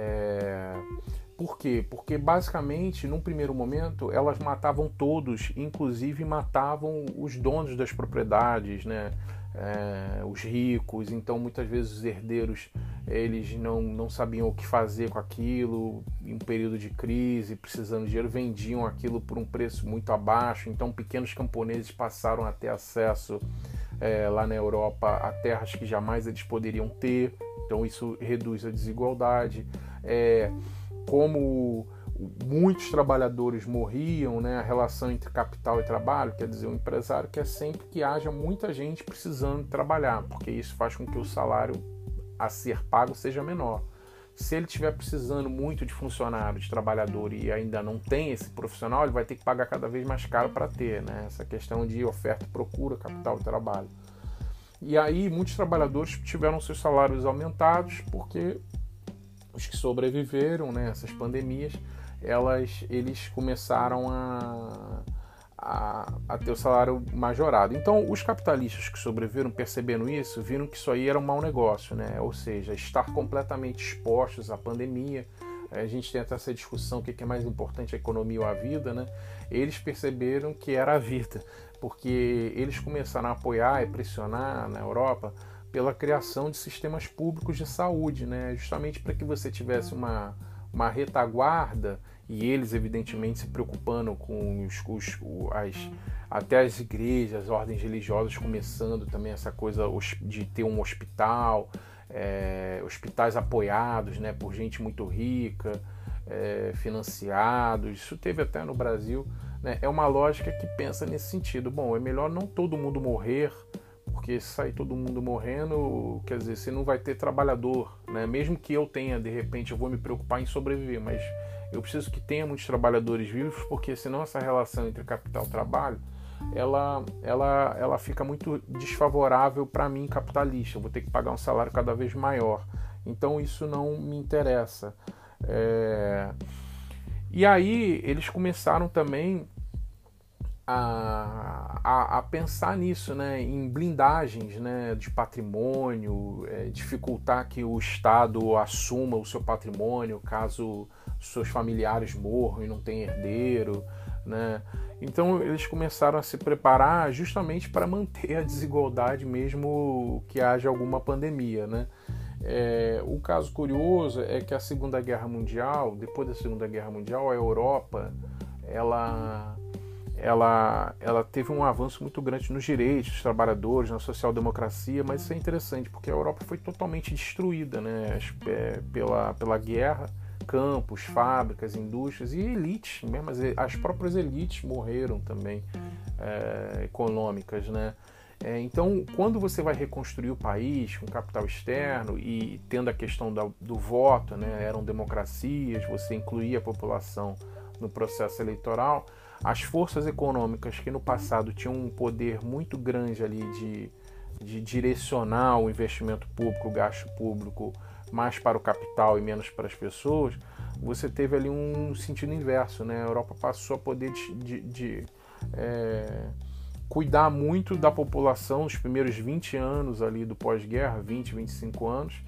Por quê? Porque basicamente, num primeiro momento, elas matavam todos, inclusive matavam os donos das propriedades, né? os ricos. Então muitas vezes os herdeiros eles não sabiam o que fazer com aquilo, em um período de crise, precisando de dinheiro, vendiam aquilo por um preço muito abaixo. Então pequenos camponeses passaram a ter acesso lá na Europa a terras que jamais eles poderiam ter. Então isso reduz a desigualdade. Como muitos trabalhadores morriam, né, a relação entre capital e trabalho, quer dizer, o empresário quer sempre que haja muita gente precisando trabalhar, porque isso faz com que o salário a ser pago seja menor. Se ele estiver precisando muito de funcionário, de trabalhador, e ainda não tem esse profissional, ele vai ter que pagar cada vez mais caro para ter, né? Essa questão de oferta e procura, capital e trabalho. E aí muitos trabalhadores tiveram seus salários aumentados, porque os que sobreviveram, né, essas pandemias, eles começaram a ter o salário majorado. Então, os capitalistas que sobreviveram, percebendo isso, viram que isso aí era um mau negócio, né? Ou seja, estar completamente expostos à pandemia. A gente tem até essa discussão, o que é mais importante, a economia ou a vida, né? Eles perceberam que era a vida, porque eles começaram a apoiar e pressionar na Europa pela criação de sistemas públicos de saúde, né? Justamente para que você tivesse uma retaguarda, e eles evidentemente se preocupando com até as igrejas, as ordens religiosas começando também essa coisa de ter um hospital, hospitais apoiados, né, por gente muito rica, financiados. Isso teve até no Brasil, né? É uma lógica que pensa nesse sentido. Bom, é melhor não todo mundo morrer, porque se sair todo mundo morrendo, quer dizer, você não vai ter trabalhador, né? Mesmo que eu tenha, de repente, eu vou me preocupar em sobreviver, mas eu preciso que tenha muitos trabalhadores vivos, porque senão essa relação entre capital e trabalho, ela fica muito desfavorável para mim, capitalista. Eu vou ter que pagar um salário cada vez maior. Então isso não me interessa. E aí eles começaram também a pensar nisso, né, em blindagens, né, de patrimônio, dificultar que o Estado assuma o seu patrimônio caso seus familiares morram e não tem herdeiro, né? Então eles começaram a se preparar justamente para manter a desigualdade mesmo que haja alguma pandemia, né? O caso curioso é que a Segunda Guerra Mundial, depois da Segunda Guerra Mundial, a Europa ela teve um avanço muito grande nos direitos dos trabalhadores, na social-democracia, mas isso é interessante, porque a Europa foi totalmente destruída, né, pela guerra, campos, fábricas, indústrias e elites, mesmo as próprias elites morreram também, econômicas, né? Então, quando você vai reconstruir o país com capital externo e tendo a questão do voto, né, eram democracias, você incluía a população no processo eleitoral, as forças econômicas que no passado tinham um poder muito grande ali de direcionar o investimento público, o gasto público, mais para o capital e menos para as pessoas, você teve ali um sentido inverso, né? A Europa passou a poder cuidar muito da população nos primeiros 20 anos ali do pós-guerra, 20, 25 anos,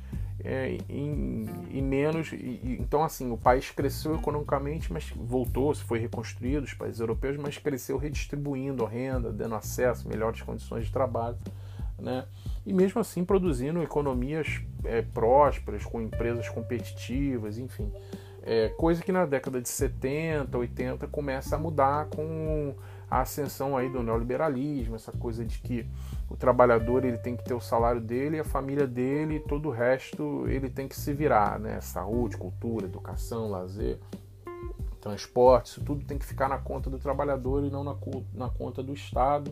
e menos. Então, assim, o país cresceu economicamente, mas voltou, se foi reconstruído, os países europeus, mas cresceu redistribuindo a renda, dando acesso, melhores condições de trabalho, né? E mesmo assim produzindo economias prósperas, com empresas competitivas, enfim. Coisa que na década de 70, 80 começa a mudar com a ascensão aí do neoliberalismo, essa coisa de que o trabalhador ele tem que ter o salário dele, a família dele, e todo o resto ele tem que se virar, né? Saúde, cultura, educação, lazer, transporte, isso tudo tem que ficar na conta do trabalhador e não na conta do Estado,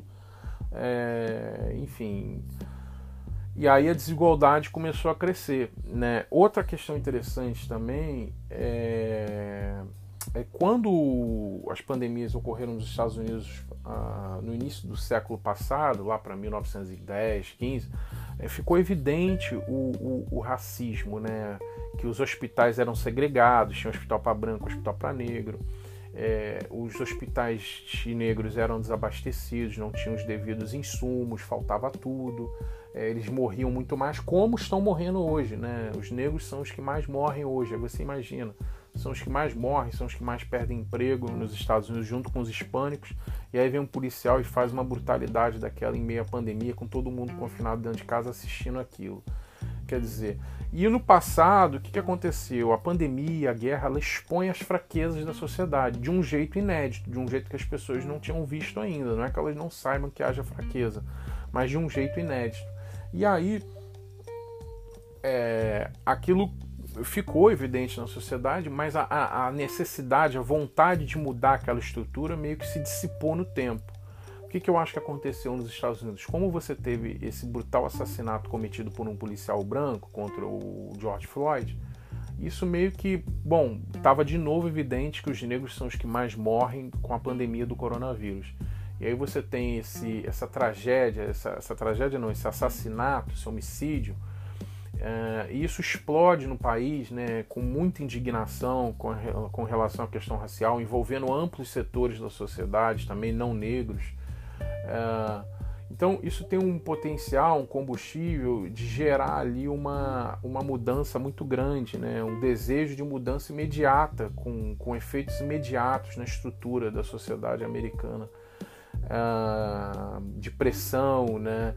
enfim. E aí a desigualdade começou a crescer, né? Outra questão interessante também é quando as pandemias ocorreram nos Estados Unidos no início do século passado, lá para 1910, 15, ficou evidente o racismo, né? Que os hospitais eram segregados, tinha hospital para branco, hospital para negro, os hospitais de negros eram desabastecidos, não tinham os devidos insumos, faltava tudo, eles morriam muito mais, como estão morrendo hoje, né? Os negros são os que mais morrem hoje, aí você imagina, são os que mais morrem, são os que mais perdem emprego nos Estados Unidos, junto com os hispânicos. E aí vem um policial e faz uma brutalidade daquela em meio à pandemia, com todo mundo confinado dentro de casa assistindo aquilo. Quer dizer, e no passado, o que aconteceu? A pandemia, a guerra, ela expõe as fraquezas da sociedade de um jeito inédito, de um jeito que as pessoas não tinham visto ainda. Não é que elas não saibam que haja fraqueza, mas de um jeito inédito. E aí, aquilo ficou evidente na sociedade, mas a necessidade, a vontade de mudar aquela estrutura meio que se dissipou no tempo. O que eu acho que aconteceu nos Estados Unidos? Como você teve esse brutal assassinato cometido por um policial branco contra o George Floyd, isso meio que, estava de novo evidente que os negros são os que mais morrem com a pandemia do coronavírus. E aí você tem essa tragédia, esse assassinato, esse homicídio, e isso explode no país, né, com muita indignação com relação à questão racial, envolvendo amplos setores da sociedade, também não negros. Então isso tem um potencial, um combustível de gerar ali uma mudança muito grande, né? Um desejo de mudança imediata, com efeitos imediatos na estrutura da sociedade americana, de pressão, né?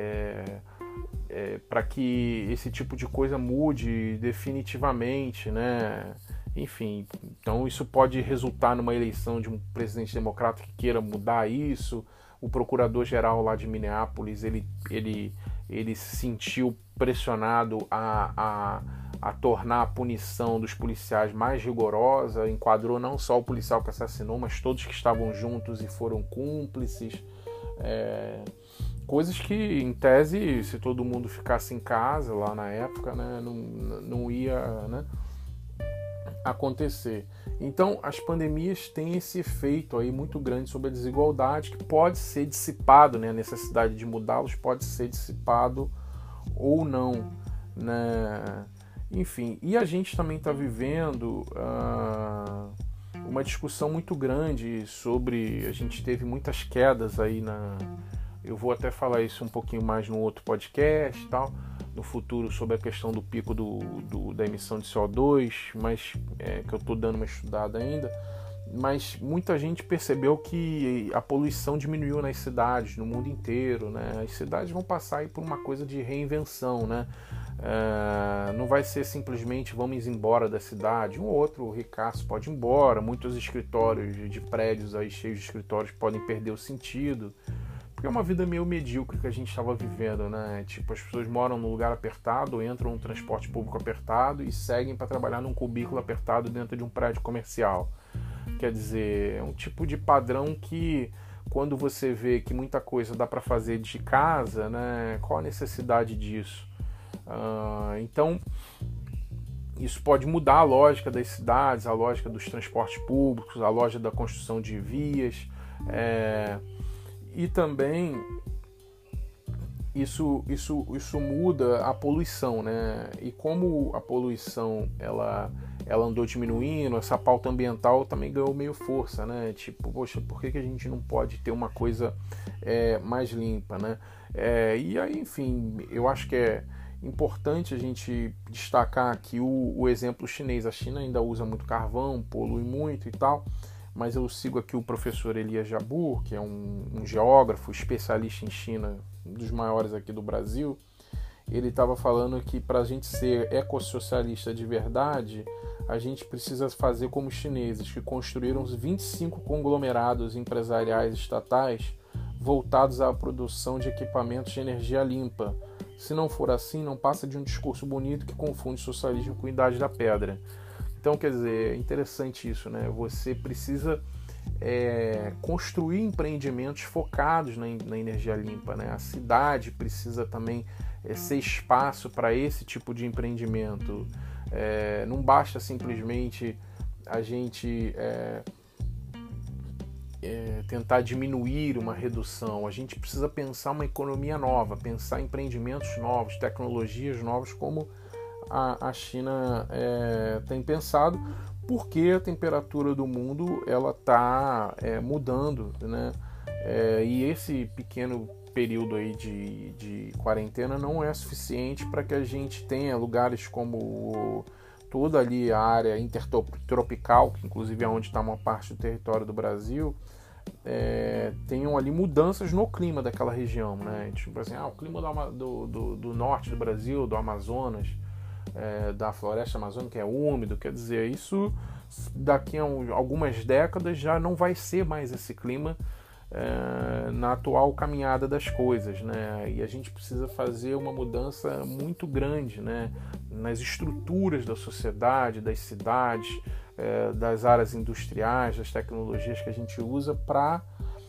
Para que esse tipo de coisa mude definitivamente, né? Enfim, então isso pode resultar numa eleição de um presidente democrata que queira mudar isso. O procurador-geral lá de Minneapolis, ele se sentiu pressionado a tornar a punição dos policiais mais rigorosa, enquadrou não só o policial que assassinou, mas todos que estavam juntos e foram cúmplices. Coisas que, em tese, se todo mundo ficasse em casa lá na época, né, não ia, né, acontecer. Então, as pandemias têm esse efeito aí muito grande sobre a desigualdade, que pode ser dissipado, né, a necessidade de mudá-los pode ser dissipado ou não, né? Enfim, e a gente também está vivendo uma discussão muito grande sobre... A gente teve muitas quedas aí eu vou até falar isso um pouquinho mais no outro podcast e tal, no futuro, sobre a questão do pico da emissão de CO2, mas que eu estou dando uma estudada ainda. Mas muita gente percebeu que a poluição diminuiu nas cidades, no mundo inteiro, né? As cidades vão passar aí por uma coisa de reinvenção, né? Não vai ser simplesmente vamos embora da cidade. Um ou outro ricaço pode ir embora, muitos escritórios de prédios aí cheios de escritórios podem perder o sentido. Porque é uma vida meio medíocre que a gente estava vivendo, né? Tipo, as pessoas moram num lugar apertado, entram num transporte público apertado e seguem para trabalhar num cubículo apertado dentro de um prédio comercial. Quer dizer, é um tipo de padrão que, quando você vê que muita coisa dá para fazer de casa, né? Qual a necessidade disso? Então, isso pode mudar a lógica das cidades, a lógica dos transportes públicos, a lógica da construção de vias, e também isso muda a poluição, né? E como a poluição ela andou diminuindo, essa pauta ambiental também ganhou meio força, né? Tipo, poxa, por que a gente não pode ter uma coisa mais limpa, né? E aí, enfim, eu acho que é importante a gente destacar aqui o exemplo chinês. A China ainda usa muito carvão, polui muito e tal, mas eu sigo aqui o professor Elias Jabbour, que é um geógrafo especialista em China, um dos maiores aqui do Brasil. Ele estava falando que para a gente ser ecossocialista de verdade, a gente precisa fazer como os chineses, que construíram os 25 conglomerados empresariais estatais voltados à produção de equipamentos de energia limpa. Se não for assim, não passa de um discurso bonito que confunde socialismo com idade da pedra. Então, quer dizer, é interessante isso, né? Você precisa construir empreendimentos focados na energia limpa, né? A cidade precisa também ser espaço para esse tipo de empreendimento. Não basta simplesmente a gente tentar diminuir uma redução. A gente precisa pensar uma economia nova, pensar em empreendimentos novos, tecnologias novas, como a China tem pensado, porque a temperatura do mundo ela está mudando, né? E esse pequeno período aí de quarentena não é suficiente para que a gente tenha lugares como toda ali a área intertropical, que inclusive é onde está uma parte do território do Brasil, tenham ali mudanças no clima daquela região, né? Tipo assim, o clima do norte do Brasil, do Amazonas, da floresta amazônica é úmido, quer dizer, isso daqui a algumas décadas já não vai ser mais esse clima na atual caminhada das coisas, né? E a gente precisa fazer uma mudança muito grande, né? Nas estruturas da sociedade, das cidades, das áreas industriais, das tecnologias que a gente usa para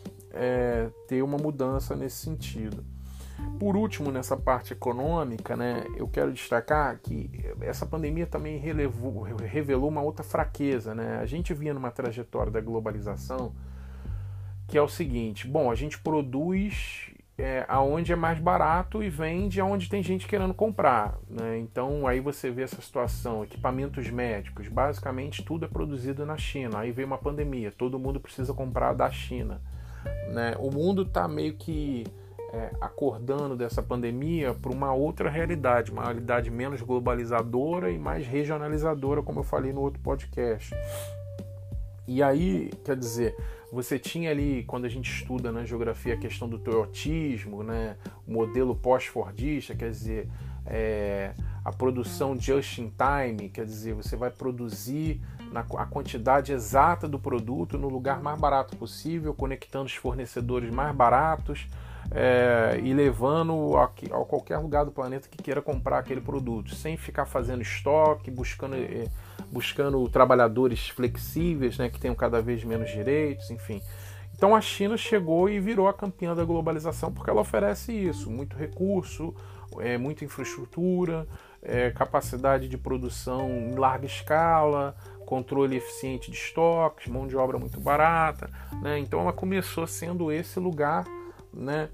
ter uma mudança nesse sentido. Por último, nessa parte econômica, né, eu quero destacar que essa pandemia também revelou uma outra fraqueza, né? A gente vinha numa trajetória da globalização que é o seguinte: bom, a gente produz aonde é mais barato e vende aonde tem gente querendo comprar, né? Então aí você vê essa situação, equipamentos médicos, basicamente tudo é produzido na China. Aí veio uma pandemia, todo mundo precisa comprar da China, né? O mundo está meio que acordando dessa pandemia para uma outra realidade, uma realidade menos globalizadora e mais regionalizadora, como eu falei no outro podcast. E aí, quer dizer, você tinha ali, quando a gente estuda na geografia a questão do toyotismo, né, o modelo pós-fordista, quer dizer, a produção just in time, quer dizer, você vai produzir a quantidade exata do produto no lugar mais barato possível, conectando os fornecedores mais baratos e levando a qualquer lugar do planeta que queira comprar aquele produto, sem ficar fazendo estoque, buscando trabalhadores flexíveis, né, que tenham cada vez menos direitos, enfim. Então a China chegou e virou a campeã da globalização porque ela oferece isso, muito recurso, muita infraestrutura, capacidade de produção em larga escala, controle eficiente de estoques, mão de obra muito barata, né? Então ela começou sendo esse lugar, né?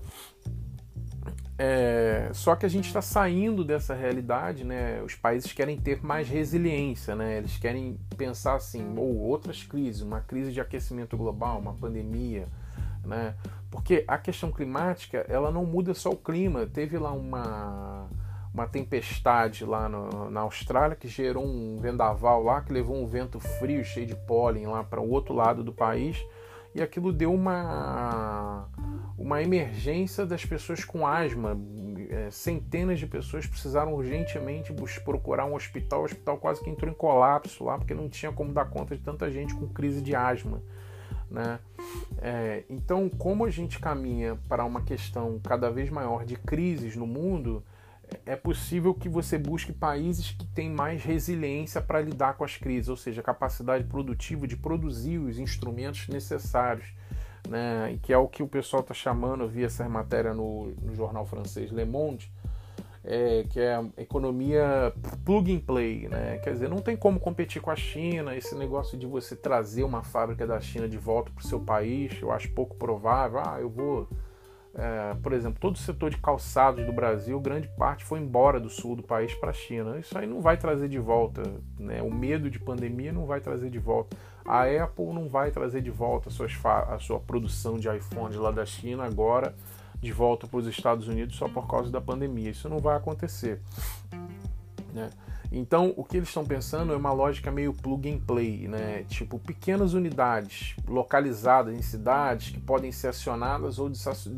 Só que a gente está saindo dessa realidade, né? Os países querem ter mais resiliência, né? Eles querem pensar assim, ou outras crises, uma crise de aquecimento global, uma pandemia, né? Porque a questão climática, ela não muda só o clima. Teve lá uma tempestade lá na Austrália que gerou um vendaval lá, que levou um vento frio cheio de pólen lá para o outro lado do país, e aquilo deu uma emergência das pessoas com asma. Centenas de pessoas precisaram urgentemente procurar um hospital. O hospital quase que entrou em colapso lá, porque não tinha como dar conta de tanta gente com crise de asma, né? Então, como a gente caminha para uma questão cada vez maior de crises no mundo, é possível que você busque países que têm mais resiliência para lidar com as crises, ou seja, capacidade produtiva de produzir os instrumentos necessários, né? Que é o que o pessoal está chamando, eu vi essa matéria no jornal francês Le Monde, que é a economia plug and play, né? Quer dizer, não tem como competir com a China. Esse negócio de você trazer uma fábrica da China de volta para o seu país, eu acho pouco provável. Eu vou... por exemplo, todo o setor de calçados do Brasil, grande parte foi embora do sul do país para a China. Isso aí não vai trazer de volta, né? O medo de pandemia não vai trazer de volta. A Apple não vai trazer de volta a sua produção de iPhone lá da China agora de volta para os Estados Unidos só por causa da pandemia. Isso não vai acontecer, né? Então, o que eles estão pensando é uma lógica meio plug and play, né? Tipo, pequenas unidades localizadas em cidades que podem ser acionadas ou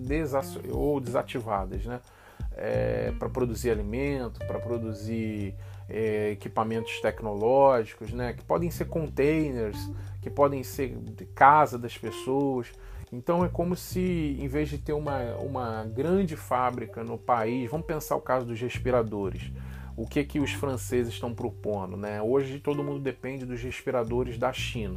desativadas, né? Para produzir alimento, para produzir equipamentos tecnológicos, né? Que podem ser containers, que podem ser casa das pessoas. Então é como se, em vez de ter uma grande fábrica no país, vamos pensar o caso dos respiradores. O que os franceses estão propondo, né? Hoje todo mundo depende dos respiradores da China.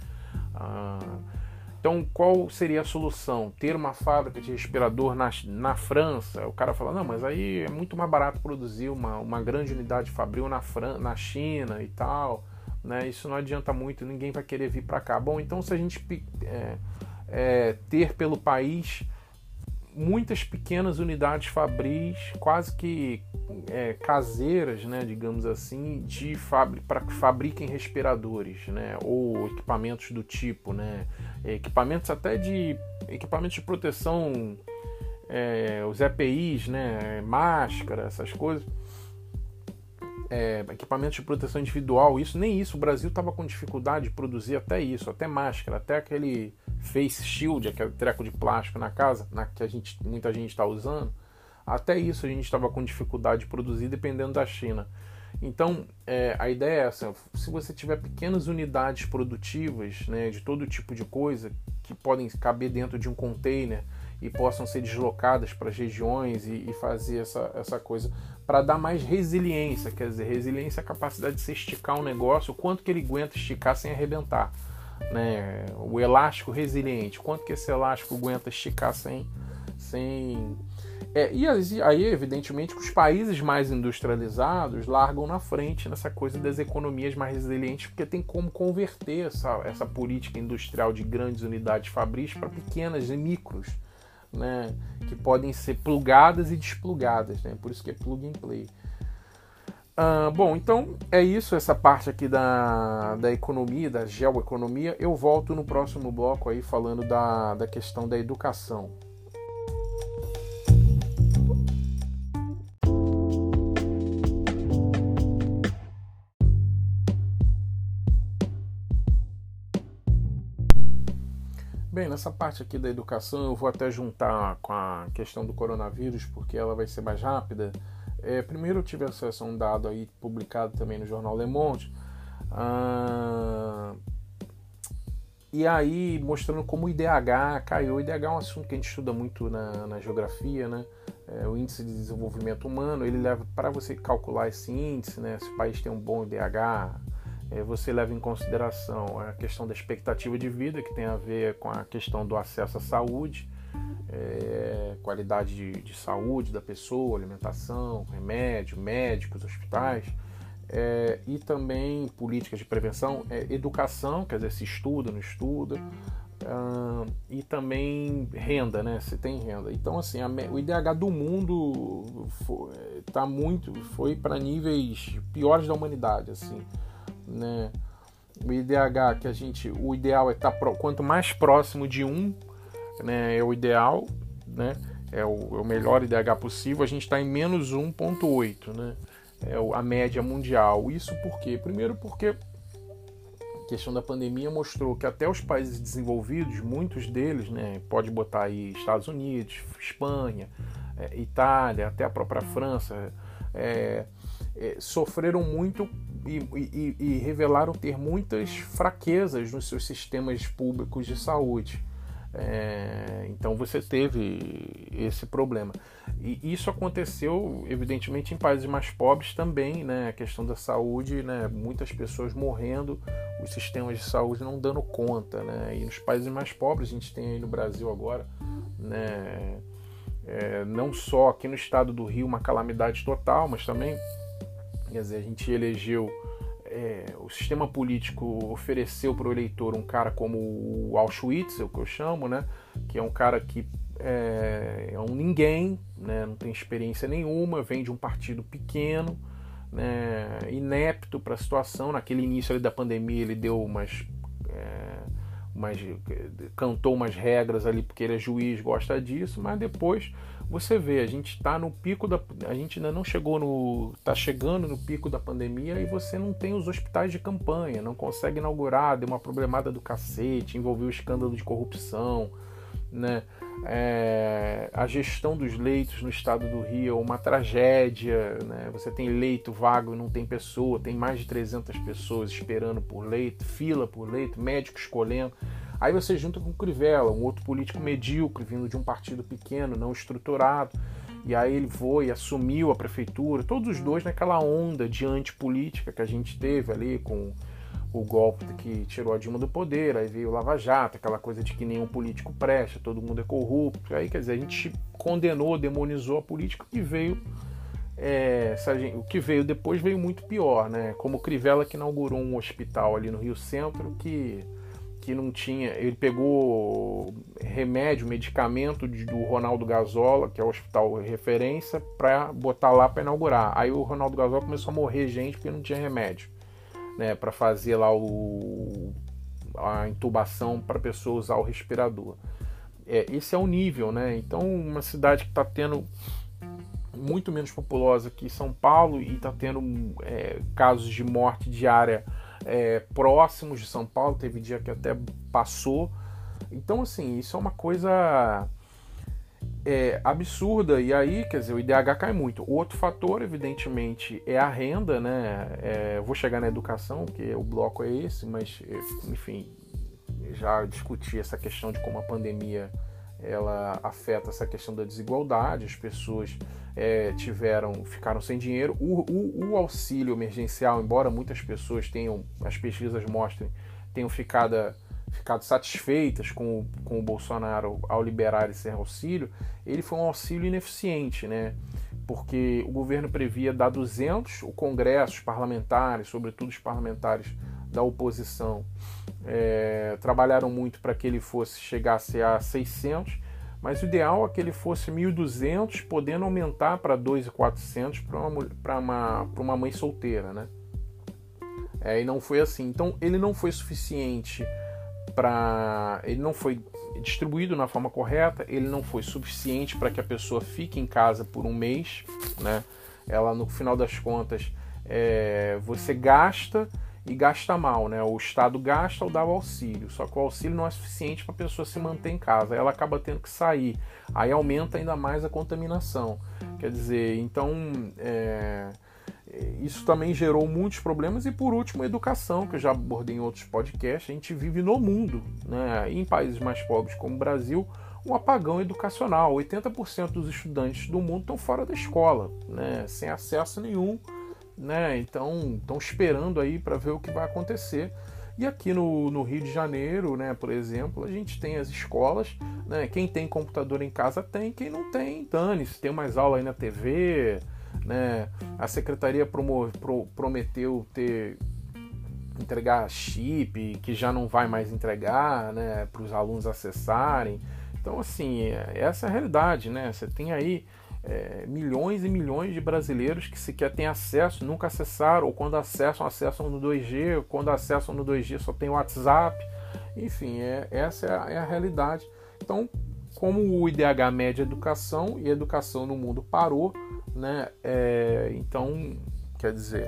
Então qual seria a solução? Ter uma fábrica de respirador na França? O cara fala, não, mas aí é muito mais barato produzir uma grande unidade fabril na China e tal, né? Isso não adianta muito, ninguém vai querer vir para cá. Bom, então se a gente ter pelo país muitas pequenas unidades fabris, quase que caseiras, né, digamos assim, para que fabriquem respiradores, né, ou equipamentos do tipo, né, equipamentos de proteção, os EPIs, né, máscara, essas coisas, equipamentos de proteção individual, nem isso, o Brasil estava com dificuldade de produzir até isso, até máscara, até aquele face shield, aquele treco de plástico na casa, que muita gente está usando, até isso a gente estava com dificuldade de produzir dependendo da China. Então, a ideia é essa: se você tiver pequenas unidades produtivas, né, de todo tipo de coisa, que podem caber dentro de um container e possam ser deslocadas para as regiões e fazer essa coisa para dar mais resiliência. Quer dizer, resiliência é a capacidade de você esticar um negócio, o quanto que ele aguenta esticar sem arrebentar, né? O elástico resiliente, quanto que esse elástico aguenta esticar sem... E aí, evidentemente, que os países mais industrializados largam na frente nessa coisa das economias mais resilientes, porque tem como converter essa política industrial de grandes unidades fabris para pequenas e micros, né, que podem ser plugadas e desplugadas, né? Por isso que é plug and play. Bom, então é isso, essa parte aqui da economia, da geoeconomia. Eu volto no próximo bloco aí falando da questão da educação. Bem, nessa parte aqui da educação eu vou até juntar com a questão do coronavírus, porque ela vai ser mais rápida. Primeiro eu tive acesso a um dado aí publicado também no jornal Le Monde, e aí mostrando como o IDH caiu. O IDH é um assunto que a gente estuda muito na geografia, né? O índice de desenvolvimento humano, ele leva, para você calcular esse índice, né, se o país tem um bom IDH, você leva em consideração a questão da expectativa de vida, que tem a ver com a questão do acesso à saúde, qualidade de saúde da pessoa, alimentação, remédio, médicos, hospitais, e também políticas de prevenção, educação, quer dizer, se estuda, não estuda, e também renda, né? Se tem renda. Então, assim, o IDH do mundo foi para níveis piores da humanidade, assim, né? O IDH o ideal é estar quanto mais próximo de 1, né, é o ideal, né? É o melhor IDH possível. A gente está em menos 1,8, né? É a média mundial. Isso por quê? Primeiro porque a questão da pandemia mostrou que até os países desenvolvidos, muitos deles, né, pode botar aí Estados Unidos, Espanha, Itália, até a própria França, sofreram muito e revelaram ter muitas fraquezas nos seus sistemas públicos de saúde. Então você teve esse problema. E isso aconteceu, evidentemente, em países mais pobres também, né? A questão da saúde, né? Muitas pessoas morrendo, os sistemas de saúde não dando conta, né? E nos países mais pobres, a gente tem aí no Brasil agora, né? Não só aqui no estado do Rio uma calamidade total, mas também, quer dizer, a gente elegeu, o sistema político ofereceu para o eleitor um cara como o Auschwitz, é o que eu chamo, né? Que é um cara que é um ninguém, né? Não tem experiência nenhuma, vem de um partido pequeno, né? Inepto para a situação. Naquele início ali da pandemia ele deu cantou umas regras ali porque ele é juiz, gosta disso, mas depois você vê, a gente está no pico a gente ainda não chegou está chegando no pico da pandemia e você não tem os hospitais de campanha, não consegue inaugurar, deu uma problemada do cacete, envolveu o escândalo de corrupção, né? A gestão dos leitos no estado do Rio é uma tragédia, né? Você tem leito vago e não tem pessoa, tem mais de 300 pessoas esperando por leito, fila por leito, médico escolhendo. Aí você junta com o Crivella, um outro político medíocre, vindo de um partido pequeno, não estruturado, e aí ele foi, assumiu a prefeitura, todos os dois naquela onda de antipolítica que a gente teve ali com o golpe que tirou a Dilma do poder, aí veio o Lava Jato, aquela coisa de que nenhum político presta, todo mundo é corrupto. Aí, quer dizer, a gente condenou, demonizou a política e veio... o que veio depois veio muito pior, né? Como o Crivella, que inaugurou um hospital ali no Rio Centro que não tinha... Ele pegou medicamento do Ronaldo Gazola, que é o hospital referência, para botar lá para inaugurar. Aí o Ronaldo Gazola começou a morrer gente porque não tinha remédio, né, para fazer lá a intubação para a pessoa usar o respirador. Esse é o nível, né? Então, uma cidade que está tendo muito menos populosa que São Paulo e está tendo casos de morte diária próximos de São Paulo, teve dia que até passou. Então, assim, isso é uma coisa absurda, e aí, quer dizer, o IDH cai muito. O outro fator, evidentemente, é a renda, né? Eu vou chegar na educação, que o bloco é esse, mas, enfim, já discuti essa questão de como a pandemia ela afeta essa questão da desigualdade, as pessoas ficaram sem dinheiro. O auxílio emergencial, embora muitas pessoas as pesquisas mostrem, tenham ficado satisfeitas com o Bolsonaro ao liberar esse auxílio, ele foi um auxílio ineficiente, né? Porque o governo previa dar 200, o Congresso, os parlamentares, sobretudo os parlamentares da oposição, trabalharam muito para que ele chegasse a 600, mas o ideal é que ele fosse 1.200, podendo aumentar para 2.400 para uma mãe solteira, né? E não foi assim. Então ele não foi suficiente ele não foi distribuído na forma correta, ele não foi suficiente para que a pessoa fique em casa por um mês, né? Ela, no final das contas, você gasta e gasta mal, né? O Estado gasta ou dá o auxílio, só que o auxílio não é suficiente para a pessoa se manter em casa, ela acaba tendo que sair, aí aumenta ainda mais a contaminação. Quer dizer, então isso também gerou muitos problemas. E por último, a educação, que eu já abordei em outros podcasts. A gente vive no mundo, né? Em países mais pobres como o Brasil, um apagão educacional. 80% dos estudantes do mundo estão fora da escola, né? Sem acesso nenhum, né? Então estão esperando aí para ver o que vai acontecer. E aqui no Rio de Janeiro, né, por exemplo, a gente tem as escolas, né? Quem tem computador em casa tem, quem não tem, dane-se, tem mais aula aí na TV, né? A secretaria prometeu entregar chip, que já não vai mais entregar, né, para os alunos acessarem. Então, assim, essa é a realidade, né? Você tem aí milhões e milhões de brasileiros que sequer têm acesso, nunca acessaram, ou quando acessam no 2G, ou quando acessam no 2G só tem WhatsApp. Enfim, essa é a realidade. Então, como o IDH mede a educação, e a educação no mundo parou, né? Então, quer dizer,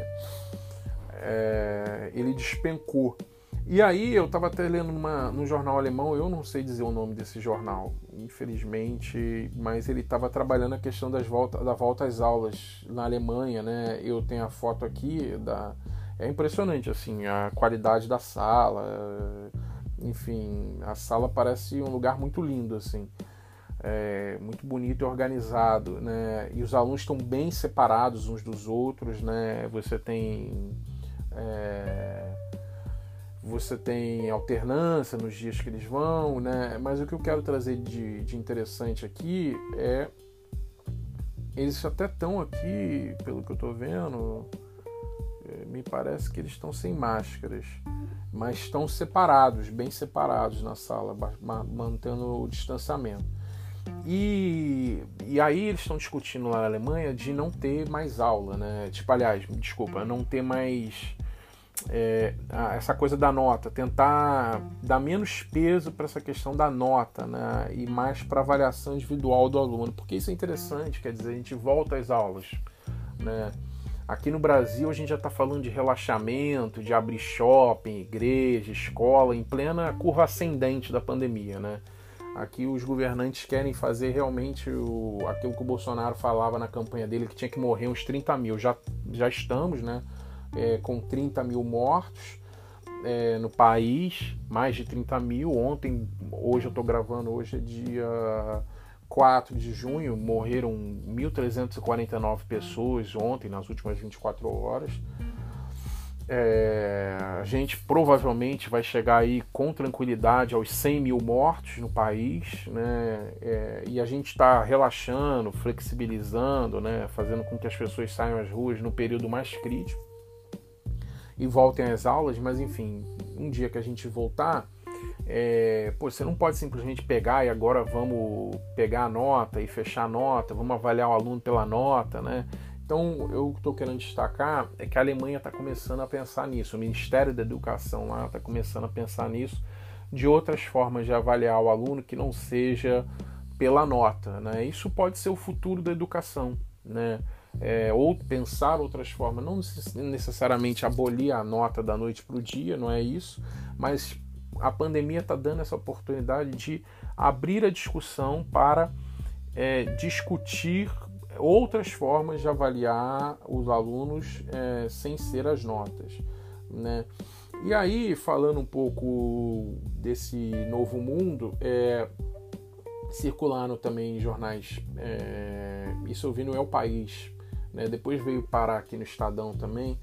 ele despencou. E aí eu estava até lendo num jornal alemão, eu não sei dizer o nome desse jornal, infelizmente, mas ele estava trabalhando a questão da volta às aulas na Alemanha, né? Eu tenho a foto aqui, é impressionante, assim, a qualidade da sala, enfim, a sala parece um lugar muito lindo, assim. Muito bonito e organizado, né? E os alunos estão bem separados uns dos outros, né? Você tem alternância nos dias que eles vão, né? Mas o que eu quero trazer de interessante aqui eles até estão aqui, pelo que eu estou vendo, me parece que eles estão sem máscaras, mas estão separados, bem separados na sala, mantendo o distanciamento. E aí eles estão discutindo lá na Alemanha de não ter mais aula, né? Não ter mais essa coisa da nota, tentar dar menos peso para essa questão da nota, né? E mais para a avaliação individual do aluno, porque isso é interessante, quer dizer, a gente volta às aulas, né? Aqui no Brasil a gente já está falando de relaxamento, de abrir shopping, igreja, escola, em plena curva ascendente da pandemia, né? Aqui os governantes querem fazer realmente aquilo que o Bolsonaro falava na campanha dele, que tinha que morrer uns 30 mil. Já estamos, né, com 30 mil mortos no país, mais de 30 mil. Hoje eu estou gravando, hoje é dia 4 de junho, morreram 1.349 pessoas ontem, nas últimas 24 horas. A gente provavelmente vai chegar aí com tranquilidade aos 100 mil mortos no país, né? E a gente está relaxando, flexibilizando, né? Fazendo com que as pessoas saiam às ruas no período mais crítico e voltem às aulas. Mas enfim, um dia que a gente voltar, você não pode simplesmente pegar e agora vamos pegar a nota e fechar a nota, vamos avaliar o aluno pela nota, né? Então, eu estou querendo destacar é que a Alemanha está começando a pensar nisso, o Ministério da Educação lá está começando a pensar nisso, de outras formas de avaliar o aluno que não seja pela nota, né? Isso pode ser o futuro da educação, né? Ou pensar outras formas, não necessariamente abolir a nota da noite para o dia, não é isso, mas a pandemia está dando essa oportunidade de abrir a discussão para discutir outras formas de avaliar os alunos sem ser as notas, né? E aí, falando um pouco desse novo mundo, circularam também em jornais, isso eu vi no El País, né? Depois veio parar aqui no Estadão também,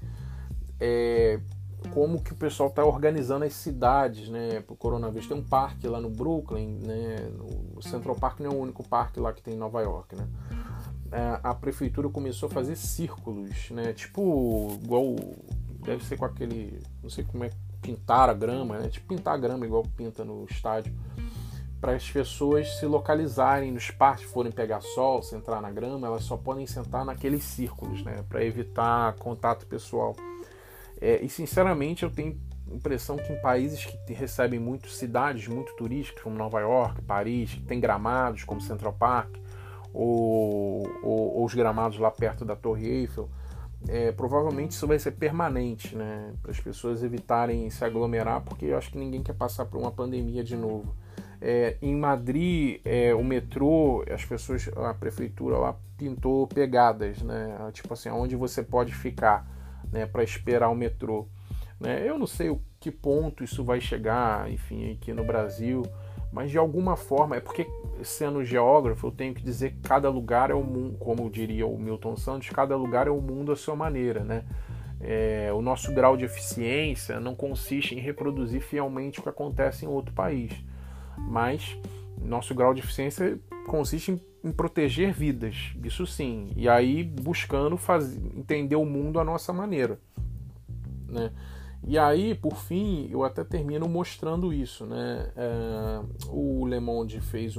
como que o pessoal está organizando as cidades, né, para o coronavírus. Tem um parque lá no Brooklyn, né, o Central Park não é o único parque lá que tem em Nova York, né? A prefeitura começou a fazer círculos, né, tipo, igual, deve ser com aquele, não sei como é, pintar a grama, né, tipo pintar a grama igual pinta no estádio, para as pessoas se localizarem nos parques, forem pegar sol, se entrar na grama, elas só podem sentar naqueles círculos, né, para evitar contato pessoal. E sinceramente eu tenho impressão que em países que recebem muito cidades muito turísticas, como Nova York, Paris, que tem gramados como Central Park, ou os gramados lá perto da Torre Eiffel, provavelmente isso vai ser permanente, né, para as pessoas evitarem se aglomerar, porque eu acho que ninguém quer passar por uma pandemia de novo. Em Madrid, o metrô, a prefeitura lá pintou pegadas, né, tipo assim, onde você pode ficar, né, para esperar o metrô, né? Eu não sei o que ponto isso vai chegar, enfim, aqui no Brasil, mas de alguma forma, porque sendo geógrafo eu tenho que dizer que cada lugar é o mundo, como diria o Milton Santos, cada lugar é o mundo à sua maneira, né? O nosso grau de eficiência não consiste em reproduzir fielmente o que acontece em outro país, mas nosso grau de eficiência consiste em proteger vidas, isso sim, e aí buscando entender o mundo à nossa maneira, né? E aí, por fim, eu até termino mostrando isso, né? O Le Monde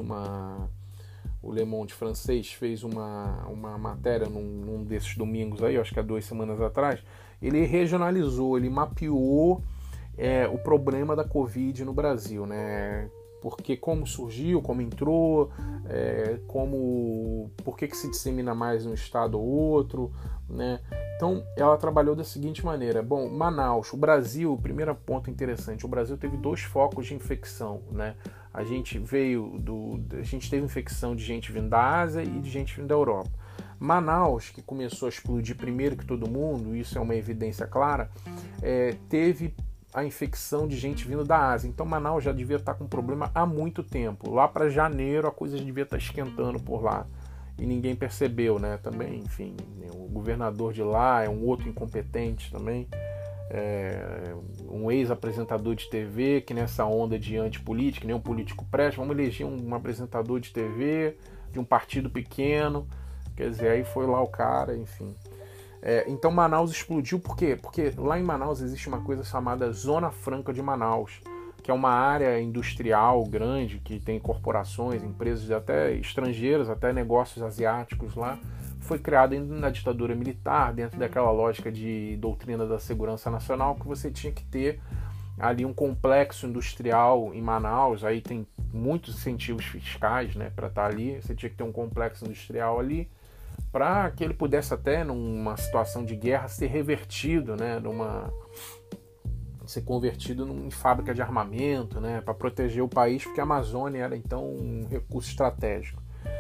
francês fez uma matéria num desses domingos aí, acho que há 2 semanas atrás. Ele regionalizou, ele mapeou o problema da Covid no Brasil, né? Porque como surgiu, como entrou, por que se dissemina mais num estado ou outro, né? Então, ela trabalhou da seguinte maneira. Bom, Manaus, o Brasil, primeiro ponto interessante, o Brasil teve 2 focos de infecção, né? A gente teve infecção de gente vindo da Ásia e de gente vindo da Europa. Manaus, que começou a explodir primeiro que todo mundo, isso é uma evidência clara, teve a infecção de gente vindo da Ásia. Então Manaus já devia estar com problema há muito tempo. Lá para janeiro a coisa já devia estar esquentando por lá e ninguém percebeu, né? Também, enfim, o governador de lá é um outro incompetente também, um ex-apresentador de TV que nessa onda de antipolítica, nem um político presta, vamos eleger um apresentador de TV de um partido pequeno, quer dizer, aí foi lá o cara, enfim. Então Manaus explodiu, por quê? Porque lá em Manaus existe uma coisa chamada Zona Franca de Manaus, que é uma área industrial grande, que tem corporações, empresas até estrangeiras, até negócios asiáticos lá. Foi criada na ditadura militar, dentro daquela lógica de doutrina da segurança nacional, que você tinha que ter ali um complexo industrial em Manaus. Aí tem muitos incentivos fiscais, né, para estar ali. Você tinha que ter um complexo industrial ali, para que ele pudesse até, numa situação de guerra, ser revertido, né, ser convertido em fábrica de armamento, né, para proteger o país, porque a Amazônia era então um recurso estratégico.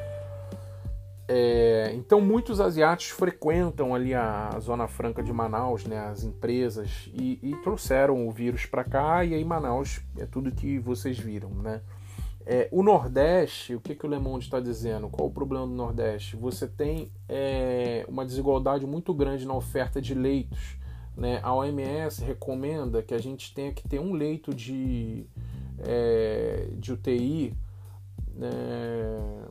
Então muitos asiáticos frequentam ali a Zona Franca de Manaus, né, as empresas, e trouxeram o vírus para cá, e aí Manaus é tudo que vocês viram, né? O Nordeste, o que o Le Monde está dizendo? Qual o problema do Nordeste? Você tem uma desigualdade muito grande na oferta de leitos, né? A OMS recomenda que a gente tenha que ter um leito de UTI, né,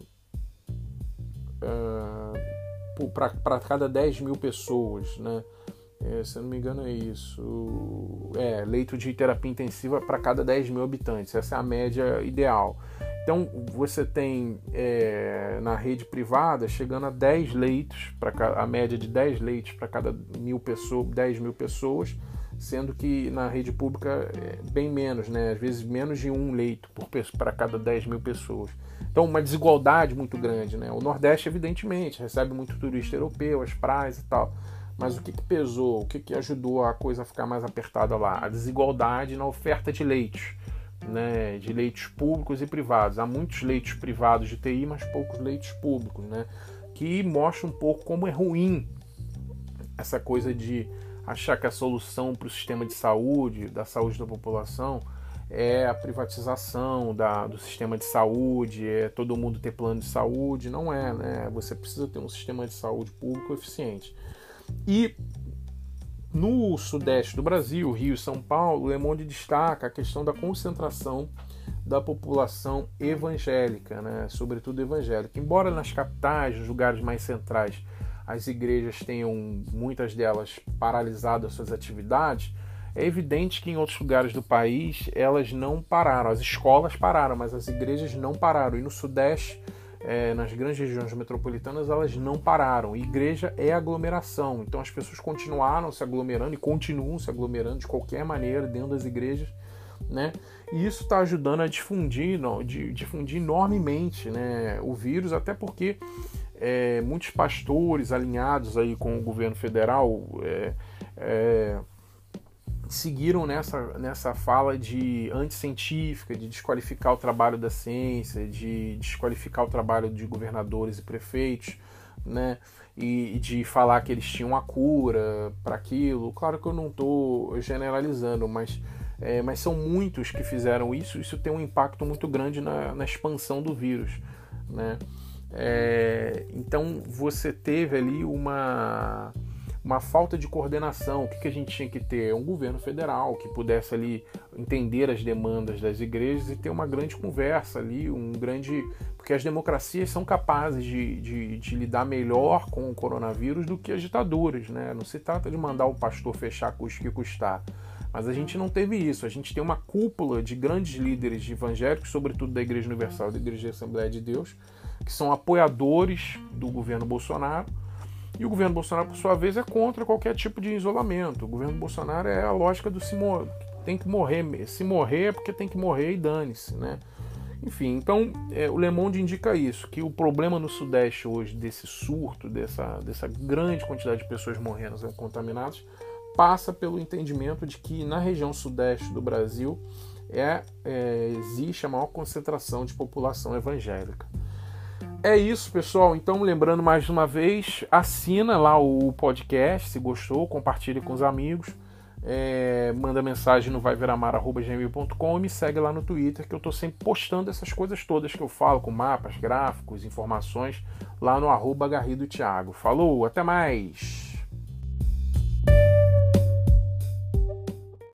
para cada 10 mil pessoas, né? Se eu não me engano é isso. Leito de terapia intensiva para cada 10 mil habitantes. Essa é a média ideal. Então você tem na rede privada chegando a 10 leitos, a média de 10 leitos para cada 10 mil pessoas, sendo que na rede pública é bem menos, né? Às vezes menos de um leito para cada 10 mil pessoas. Então, uma desigualdade muito grande, né? O Nordeste, evidentemente, recebe muito turista europeu, as praias e tal. Mas o que pesou, o que ajudou a coisa a ficar mais apertada lá? A desigualdade na oferta de leitos, né? De leitos públicos e privados. Há muitos leitos privados de TI, mas poucos leitos públicos, né? Que mostra um pouco como é ruim essa coisa de achar que a solução para o sistema de saúde, da saúde da população, é a privatização do sistema de saúde, é todo mundo ter plano de saúde. Não é, né? Você precisa ter um sistema de saúde público eficiente. E no sudeste do Brasil, Rio e São Paulo, Le Monde destaca a questão da concentração da população evangélica, né? Sobretudo evangélica. Embora nas capitais, nos lugares mais centrais, as igrejas tenham, muitas delas, paralisado as suas atividades, é evidente que em outros lugares do país elas não pararam. As escolas pararam, mas as igrejas não pararam. E no Sudeste, nas grandes regiões metropolitanas, elas não pararam. Igreja é aglomeração. Então as pessoas continuaram se aglomerando e continuam se aglomerando de qualquer maneira dentro das igrejas, né? E isso está ajudando a difundir enormemente, né, o vírus, até porque muitos pastores alinhados aí com o governo federal seguiram nessa fala de anticientífica, de desqualificar o trabalho da ciência, de desqualificar o trabalho de governadores e prefeitos, né? E de falar que eles tinham a cura para aquilo. Claro que eu não estou generalizando, mas são muitos que fizeram isso. Isso tem um impacto muito grande na expansão do vírus, né? Então você teve ali uma falta de coordenação. O que a gente tinha que ter? Um governo federal que pudesse ali entender as demandas das igrejas e ter uma grande conversa ali, porque as democracias são capazes de lidar melhor com o coronavírus do que as ditaduras, né? Não se trata de mandar o pastor fechar custe que custar. Mas a gente não teve isso. A gente tem uma cúpula de grandes líderes evangélicos, sobretudo da Igreja Universal e da Igreja Assembleia de Deus, que são apoiadores do governo Bolsonaro. E o governo Bolsonaro, por sua vez, é contra qualquer tipo de isolamento. O governo Bolsonaro é a lógica do tem que morrer. Se morrer é porque tem que morrer e dane-se, né? Enfim, então o Le Monde indica isso, que o problema no Sudeste hoje, desse surto, dessa grande quantidade de pessoas morrendo contaminadas, passa pelo entendimento de que na região sudeste do Brasil existe a maior concentração de população evangélica. É isso, pessoal. Então, lembrando mais uma vez, assina lá o podcast, se gostou, compartilhe com os amigos, manda mensagem no vaiveramar@gmail.com e me segue lá no Twitter, que eu estou sempre postando essas coisas todas que eu falo, com mapas, gráficos, informações, lá no @GarridoThiago. Falou, até mais!